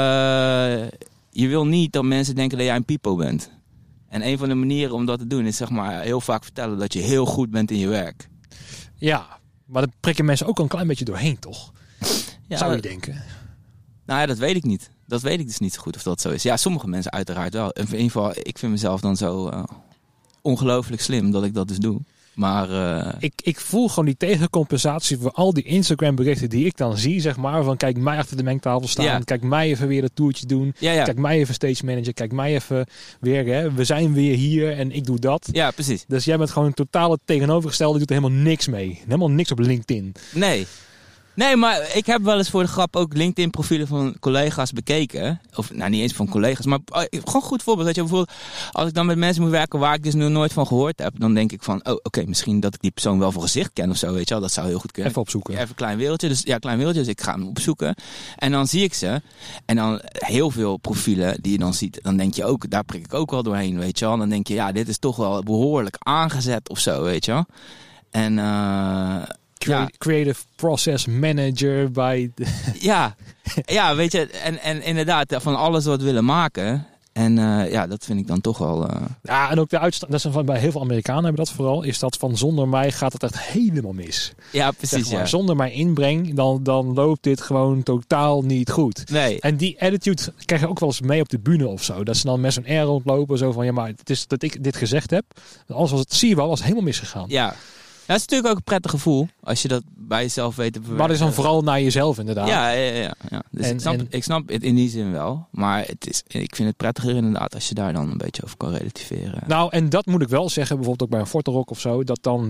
je wil niet dat mensen denken dat jij een pipo bent. En een van de manieren om dat te doen is zeg maar heel vaak vertellen dat je heel goed bent in je werk. Ja, maar dat prikken mensen ook al een klein beetje doorheen, toch? Ja, zou je denken? Nou ja, dat weet ik niet. Dat weet ik dus niet zo goed of dat zo is. Ja, sommige mensen uiteraard wel. In ieder geval, ik vind mezelf dan zo uh, ongelooflijk slim dat ik dat dus doe. Maar uh... ik, ik voel gewoon die tegencompensatie voor al die Instagram berichten die ik dan zie, zeg maar. Van kijk mij achter de mengtafel staan. Ja. Kijk mij even weer een toertje doen. Ja, ja. Kijk mij even stage manager. Kijk mij even weer, hè. We zijn weer hier en ik doe dat. Ja, precies. Dus jij bent gewoon een totale tegenovergestelde. Die doet er helemaal niks mee. Helemaal niks op LinkedIn. Nee. Nee, maar ik heb wel eens voor de grap ook LinkedIn-profielen van collega's bekeken. Of nou, niet eens van collega's, maar uh, gewoon een goed voorbeeld. Dat je bijvoorbeeld, als ik dan met mensen moet werken waar ik dus nog nooit van gehoord heb, dan denk ik van, oh, oké, okay, misschien dat ik die persoon wel van gezicht ken of zo, weet je wel. Dat zou heel goed kunnen. Even opzoeken. Even een klein wereldje. Dus ja, klein wereldje. Dus ik ga hem opzoeken. En dan zie ik ze. En dan heel veel profielen die je dan ziet. Dan denk je ook, daar prik ik ook wel doorheen, weet je wel. Dan denk je, ja, dit is toch wel behoorlijk aangezet of zo, weet je wel. En uh, Ja. Creative Process Manager bij... De... Ja, ja, weet je, en, en inderdaad, van alles wat we willen maken. En uh, ja, dat vind ik dan toch wel... Uh... Ja, en ook de uitstand, dat is van, bij heel veel Amerikanen hebben dat vooral, is dat van zonder mij gaat het echt helemaal mis. Ja, precies, zeg maar, ja. Zonder mijn inbreng, dan, dan loopt dit gewoon totaal niet goed. Nee. En die attitude krijg je ook wel eens mee op de bühne of zo. Dat ze dan met zo'n air rondlopen, zo van, ja, maar het is dat ik dit gezegd heb. Alles was het, zie je wel, was helemaal misgegaan. Ja. Ja, het is natuurlijk ook een prettig gevoel als je dat bij jezelf weet te bewerken. Maar dat is dan vooral naar jezelf inderdaad. Ja, ja, ja. ja. Dus en, ik, snap, en... ik snap het in die zin wel. Maar het is, ik vind het prettiger inderdaad als je daar dan een beetje over kan relativeren. Nou, en dat moet ik wel zeggen, bijvoorbeeld ook bij een Forterock of zo, dat dan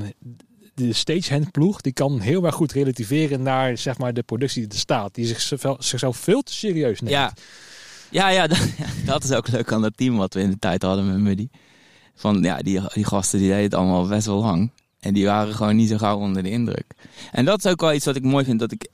de stagehandploeg, die kan heel erg goed relativeren naar zeg maar de productie die er staat. Die zichzelf, zichzelf veel te serieus neemt. Ja, ja, ja, dat, dat is ook leuk aan dat team wat we in de tijd hadden met Muddy. Van ja, die, die gasten die deden het allemaal best wel lang. En die waren gewoon niet zo gauw onder de indruk. En dat is ook wel iets wat ik mooi vind. Dat ik,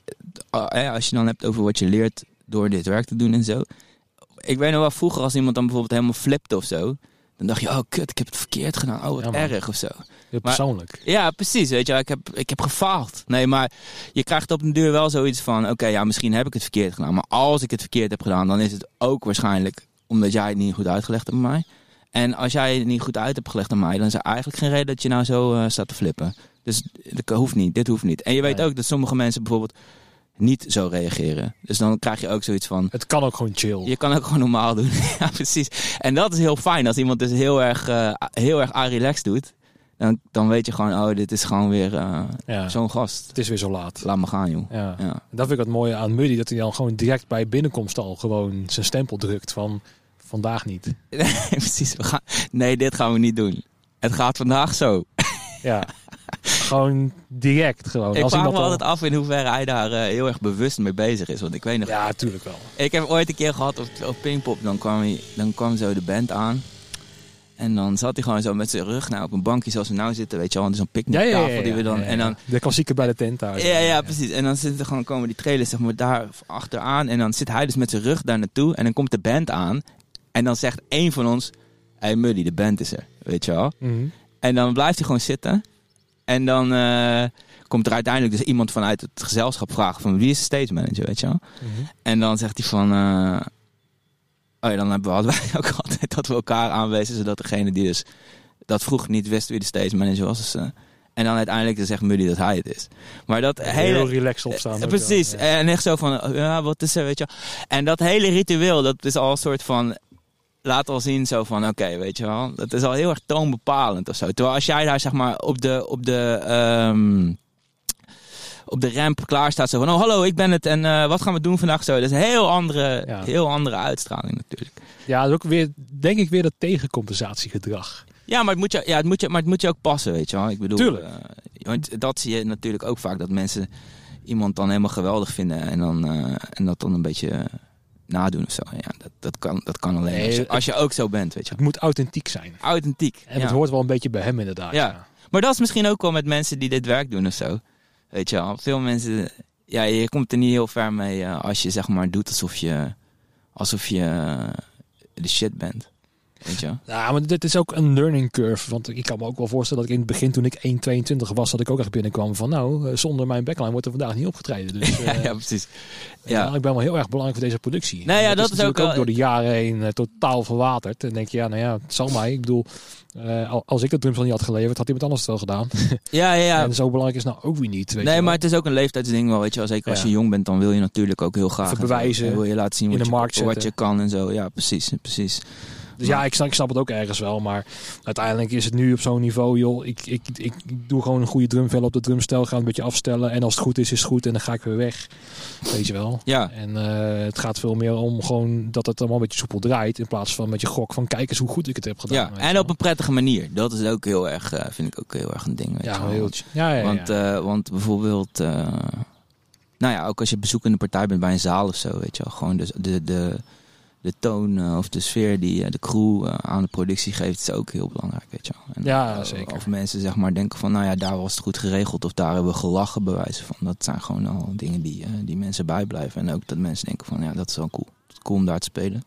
als je dan hebt over wat je leert door dit werk te doen en zo. Ik weet nog wel vroeger als iemand dan bijvoorbeeld helemaal flipte of zo. Dan dacht je, oh kut, ik heb het verkeerd gedaan. Oh, wat ja, erg of zo. Heel persoonlijk. Maar, ja, precies. Weet je, ik heb, ik heb gefaald. Nee, maar je krijgt op een duur wel zoiets van, oké, okay, ja, misschien heb ik het verkeerd gedaan. Maar als ik het verkeerd heb gedaan, dan is het ook waarschijnlijk omdat jij het niet goed uitgelegd hebt bij mij. En als jij het niet goed uit hebt gelegd aan mij, dan is er eigenlijk geen reden dat je nou zo uh, staat te flippen. Dus dat hoeft niet, dit hoeft niet. En je weet nee. ook dat sommige mensen bijvoorbeeld niet zo reageren. Dus dan krijg je ook zoiets van... Het kan ook gewoon chill. Je kan ook gewoon normaal doen. Ja, precies. En dat is heel fijn. Als iemand dus heel erg, uh, heel erg relaxed doet, dan, dan weet je gewoon, oh, dit is gewoon weer uh, ja. zo'n gast. Het is weer zo laat. Laat me gaan, joh. Ja. Ja. Dat vind ik het mooie aan Muddy, dat hij dan gewoon direct bij binnenkomst al gewoon zijn stempel drukt van... Vandaag niet. Nee, precies. We gaan... Nee, dit gaan we niet doen. Het gaat vandaag zo. Ja. gewoon direct. Gewoon. Ik Als vraag me iemand al... altijd af in hoeverre hij daar uh, heel erg bewust mee bezig is. Want ik weet nog... Ja, natuurlijk wel. Ik heb ooit een keer gehad op, op Pinkpop. Dan kwam, hij, dan kwam zo de band aan. En dan zat hij gewoon zo met zijn rug nou, op een bankje zoals we nou zitten. Weet je wel, zo'n picknicktafel ja, ja, ja, ja, die we dan... Ja, ja. En dan de klassieke bij de tent daar. Ja, ja, ja, precies. En dan zitten gewoon, komen die trailers zeg maar, daar achteraan. En dan zit hij dus met zijn rug daar naartoe. En dan komt de band aan. En dan zegt één van ons... Hé hey, Muddy, de band is er. Weet je wel. Mm-hmm. En dan blijft hij gewoon zitten. En dan uh, komt er uiteindelijk dus iemand vanuit het gezelschap vragen van wie is de stage manager, weet je wel. Mm-hmm. En dan zegt hij van... Uh, oh ja, dan hebben we, hadden wij ook altijd dat we elkaar aanwezen, zodat degene die dus dat vroeg niet wist wie de stage manager was. Dus, uh, en dan uiteindelijk dan zegt Muddy dat hij het is. Maar dat heel hele... Heel relaxed opstaan. Uh, precies. Wel, ja. En echt zo van, ja, wat is er, weet je wel. En dat hele ritueel, dat is al een soort van... Laat al zien zo van, oké, okay, weet je wel. Dat is al heel erg toonbepalend of zo. Terwijl als jij daar zeg maar op de, op de, um, op de ramp klaar staat. Zo van, oh hallo, ik ben het en uh, wat gaan we doen vandaag? Zo. Dat is een heel andere, ja. heel andere uitstraling natuurlijk. Ja, dat is ook weer, denk ik weer dat tegencompensatiegedrag. Ja, maar het moet je, ja, het moet je, maar het moet je ook passen, weet je wel. Ik bedoel, tuurlijk. Uh, want dat zie je natuurlijk ook vaak. Dat mensen iemand dan helemaal geweldig vinden. En, dan, uh, en dat dan een beetje... Uh, nadoen of zo. Ja, dat, dat, kan, dat kan alleen nee, als, je, als je ook zo bent, weet je. Het moet authentiek zijn. Authentiek. En ja. het hoort wel een beetje bij hem inderdaad. Ja. ja. Maar dat is misschien ook wel met mensen die dit werk doen of zo. Weet je wel. Veel mensen... Ja, je komt er niet heel ver mee uh, als je zeg maar doet alsof je... Alsof je uh, de shit bent. Weet je? Ja, maar dit is ook een learning curve. Want ik kan me ook wel voorstellen dat ik in het begin, toen ik één tweeëntwintig was, dat ik ook echt binnenkwam van nou, zonder mijn backline wordt er vandaag niet opgetreden. Dus, uh, ja, ja, precies. Ja. Ja, ik ben wel heel erg belangrijk voor deze productie. Nee, ja, dat, dat is, is ook, ook door de jaren heen uh, totaal verwaterd. En denk je, ja, nou ja, het zal mij. Ik bedoel, uh, als ik de drums al niet had geleverd, had iemand anders het wel gedaan. Ja, ja, ja. En zo belangrijk is nou ook weer niet. Weet nee, je maar het is ook een leeftijdsding wel, weet je wel. Zeker ja. als je jong bent, dan wil je natuurlijk ook heel graag bewijzen. En wil je laten zien wat, de markt je, wat je kan en zo. Ja, precies, precies. Dus ja, ik snap, ik snap het ook ergens wel. Maar uiteindelijk is het nu op zo'n niveau, joh. Ik, ik, ik, ik doe gewoon een goede drumvel op de drumstel. Ga een beetje afstellen. En als het goed is, is het goed. En dan ga ik weer weg. Weet je wel. Ja. En uh, het gaat veel meer om gewoon dat het allemaal een beetje soepel draait. In plaats van met je gok van kijk eens hoe goed ik het heb gedaan. Ja, en op een prettige manier. Dat is ook heel erg, uh, vind ik ook heel erg een ding. Weet ja, je heel, ja, ja, want, ja. Uh, want bijvoorbeeld... Uh, nou ja, ook als je bezoekende partij bent bij een zaal of zo. Weet je wel. Gewoon de... de, de de toon uh, of de sfeer die uh, de crew uh, aan de productie geeft, is ook heel belangrijk, weet je wel. En, ja, uh, zeker. Of mensen zeg maar denken van, nou ja, daar was het goed geregeld of daar hebben we gelachen, bewijzen van. Dat zijn gewoon al dingen die, uh, die mensen bijblijven. En ook dat mensen denken van, ja, dat is wel cool. Het is cool om daar te spelen.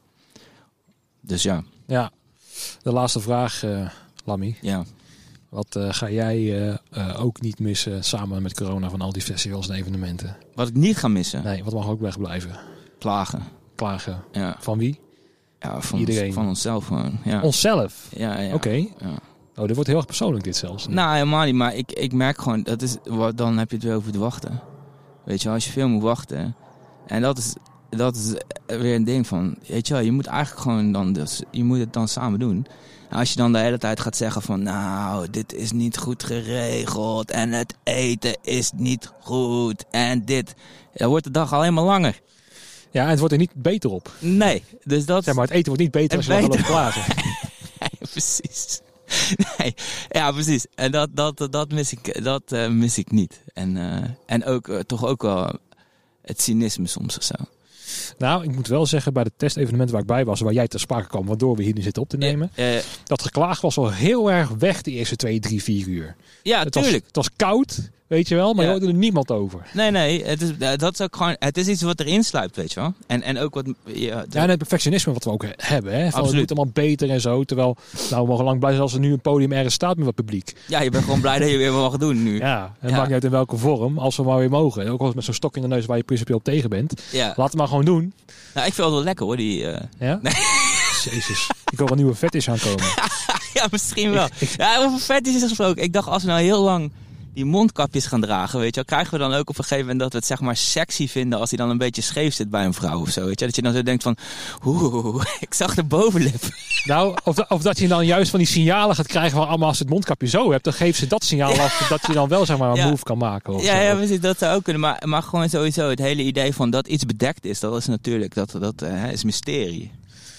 Dus ja. Ja, de laatste vraag, uh, Lammy. Ja. Wat uh, ga jij uh, uh, ook niet missen samen met corona van al die festivals en evenementen? Wat ik niet ga missen? Nee, wat mag ook wegblijven? Klagen. Klagen. Ja. Van wie? Ja, van, iedereen. Van onszelf gewoon. Ja. Onszelf? Ja, ja. Oké. Okay. Ja. Oh, dit wordt heel erg persoonlijk dit zelfs. Nou, helemaal niet. Maar ik, ik merk gewoon, dat is, dan heb je het weer over het wachten. Weet je wel, als je veel moet wachten. En dat is, dat is weer een ding van, weet je wel, je moet eigenlijk gewoon dan, dus, je moet het dan samen doen. En als je dan de hele tijd gaat zeggen van, nou, dit is niet goed geregeld. En het eten is niet goed. En dit, dan wordt de dag alleen maar langer. Ja, en het wordt er niet beter op. Nee, dus dat... Ja, maar het eten wordt niet beter als je dan loopt klagen. Nee, precies. Nee, ja, precies. En dat, dat, dat, mis, ik, dat uh, mis ik niet. En, uh, en ook uh, toch ook wel het cynisme soms of zo. Nou, ik moet wel zeggen, bij de testevenementen waar ik bij was, waar jij ter sprake kwam, waardoor we hier nu zitten op te nemen, uh, uh, dat geklaag was wel heel erg weg de eerste twee, drie, vier uur. Ja, het tuurlijk. Was, het was koud, weet je wel, maar ja. je hoorde er niemand over. Nee, nee, het is, dat is ook gewoon, het is iets wat erin sluipt, weet je wel. En, en ook wat... Ja, de... ja, en het perfectionisme wat we ook hebben, hè. Van, absoluut. Het moet allemaal beter en zo, terwijl, nou, we mogen lang blij zijn als er nu een podium ergens staat met wat publiek. Ja, je bent gewoon blij dat je weer mag doen nu. Ja, het ja. maakt niet uit in welke vorm, als we maar weer mogen. Ook al met zo'n stok in de neus waar je principieel tegen bent. Ja. Laat het maar gewoon doen. Nou, ik vind het wel lekker hoor, die... Uh... Ja? Nee. Jezus, ik wil een nieuwe fetish aankomen. Ja, misschien wel. Ja, over fetish is gesproken. Ik dacht, als we nou heel lang die mondkapjes gaan dragen, weet je wel, krijgen we dan ook op een gegeven moment dat we het zeg maar sexy vinden als hij dan een beetje scheef zit bij een vrouw of zo, weet je? Dat je dan zo denkt van, oeh, ik zag de bovenlip. Nou, of, of dat je dan juist van die signalen gaat krijgen van allemaal als je het mondkapje zo hebt, dan geeft ze dat signaal af ja. dat je dan wel zeg maar een ja. move kan maken. Of ja, zo. ja, precies, dat zou ook kunnen. Maar, maar gewoon sowieso het hele idee van dat iets bedekt is, dat is natuurlijk, dat, dat uh, is mysterie.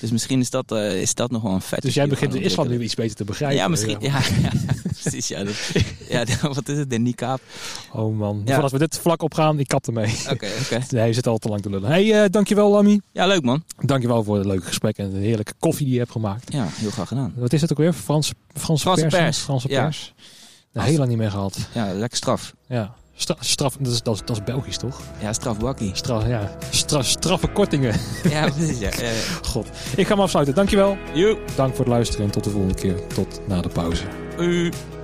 Dus misschien is dat, uh, is dat nog wel een vet. Dus jij begint de islam nu iets beter te begrijpen. Ja, misschien. Ja, ja, precies. Ja, dat, ja, wat is het? De niqab. Oh man. Ja. Als we dit vlak opgaan, ik kap ermee. Oké, okay, oké. Okay. Nee, je zit al te lang te lullen. Hey, uh, dankjewel Lammy. Ja, leuk man. Dankjewel voor het leuke gesprek en de heerlijke koffie die je hebt gemaakt. Ja, heel graag gedaan. Wat is het ook weer? Frans, Franse, Franse pers. pers. Franse ja. pers. Nou, heel lang niet meer gehad. Ja, lekker straf. Ja. Stra- straf, dat is, dat, is, dat is Belgisch, toch? Ja, strafbakkie. Straf, ja. Stra- straffe kortingen. Ja, precies. Ja, ja, ja. God. Ik ga hem afsluiten. Dankjewel. Joe. Dank voor het luisteren en tot de volgende keer. Tot na de pauze. Uh.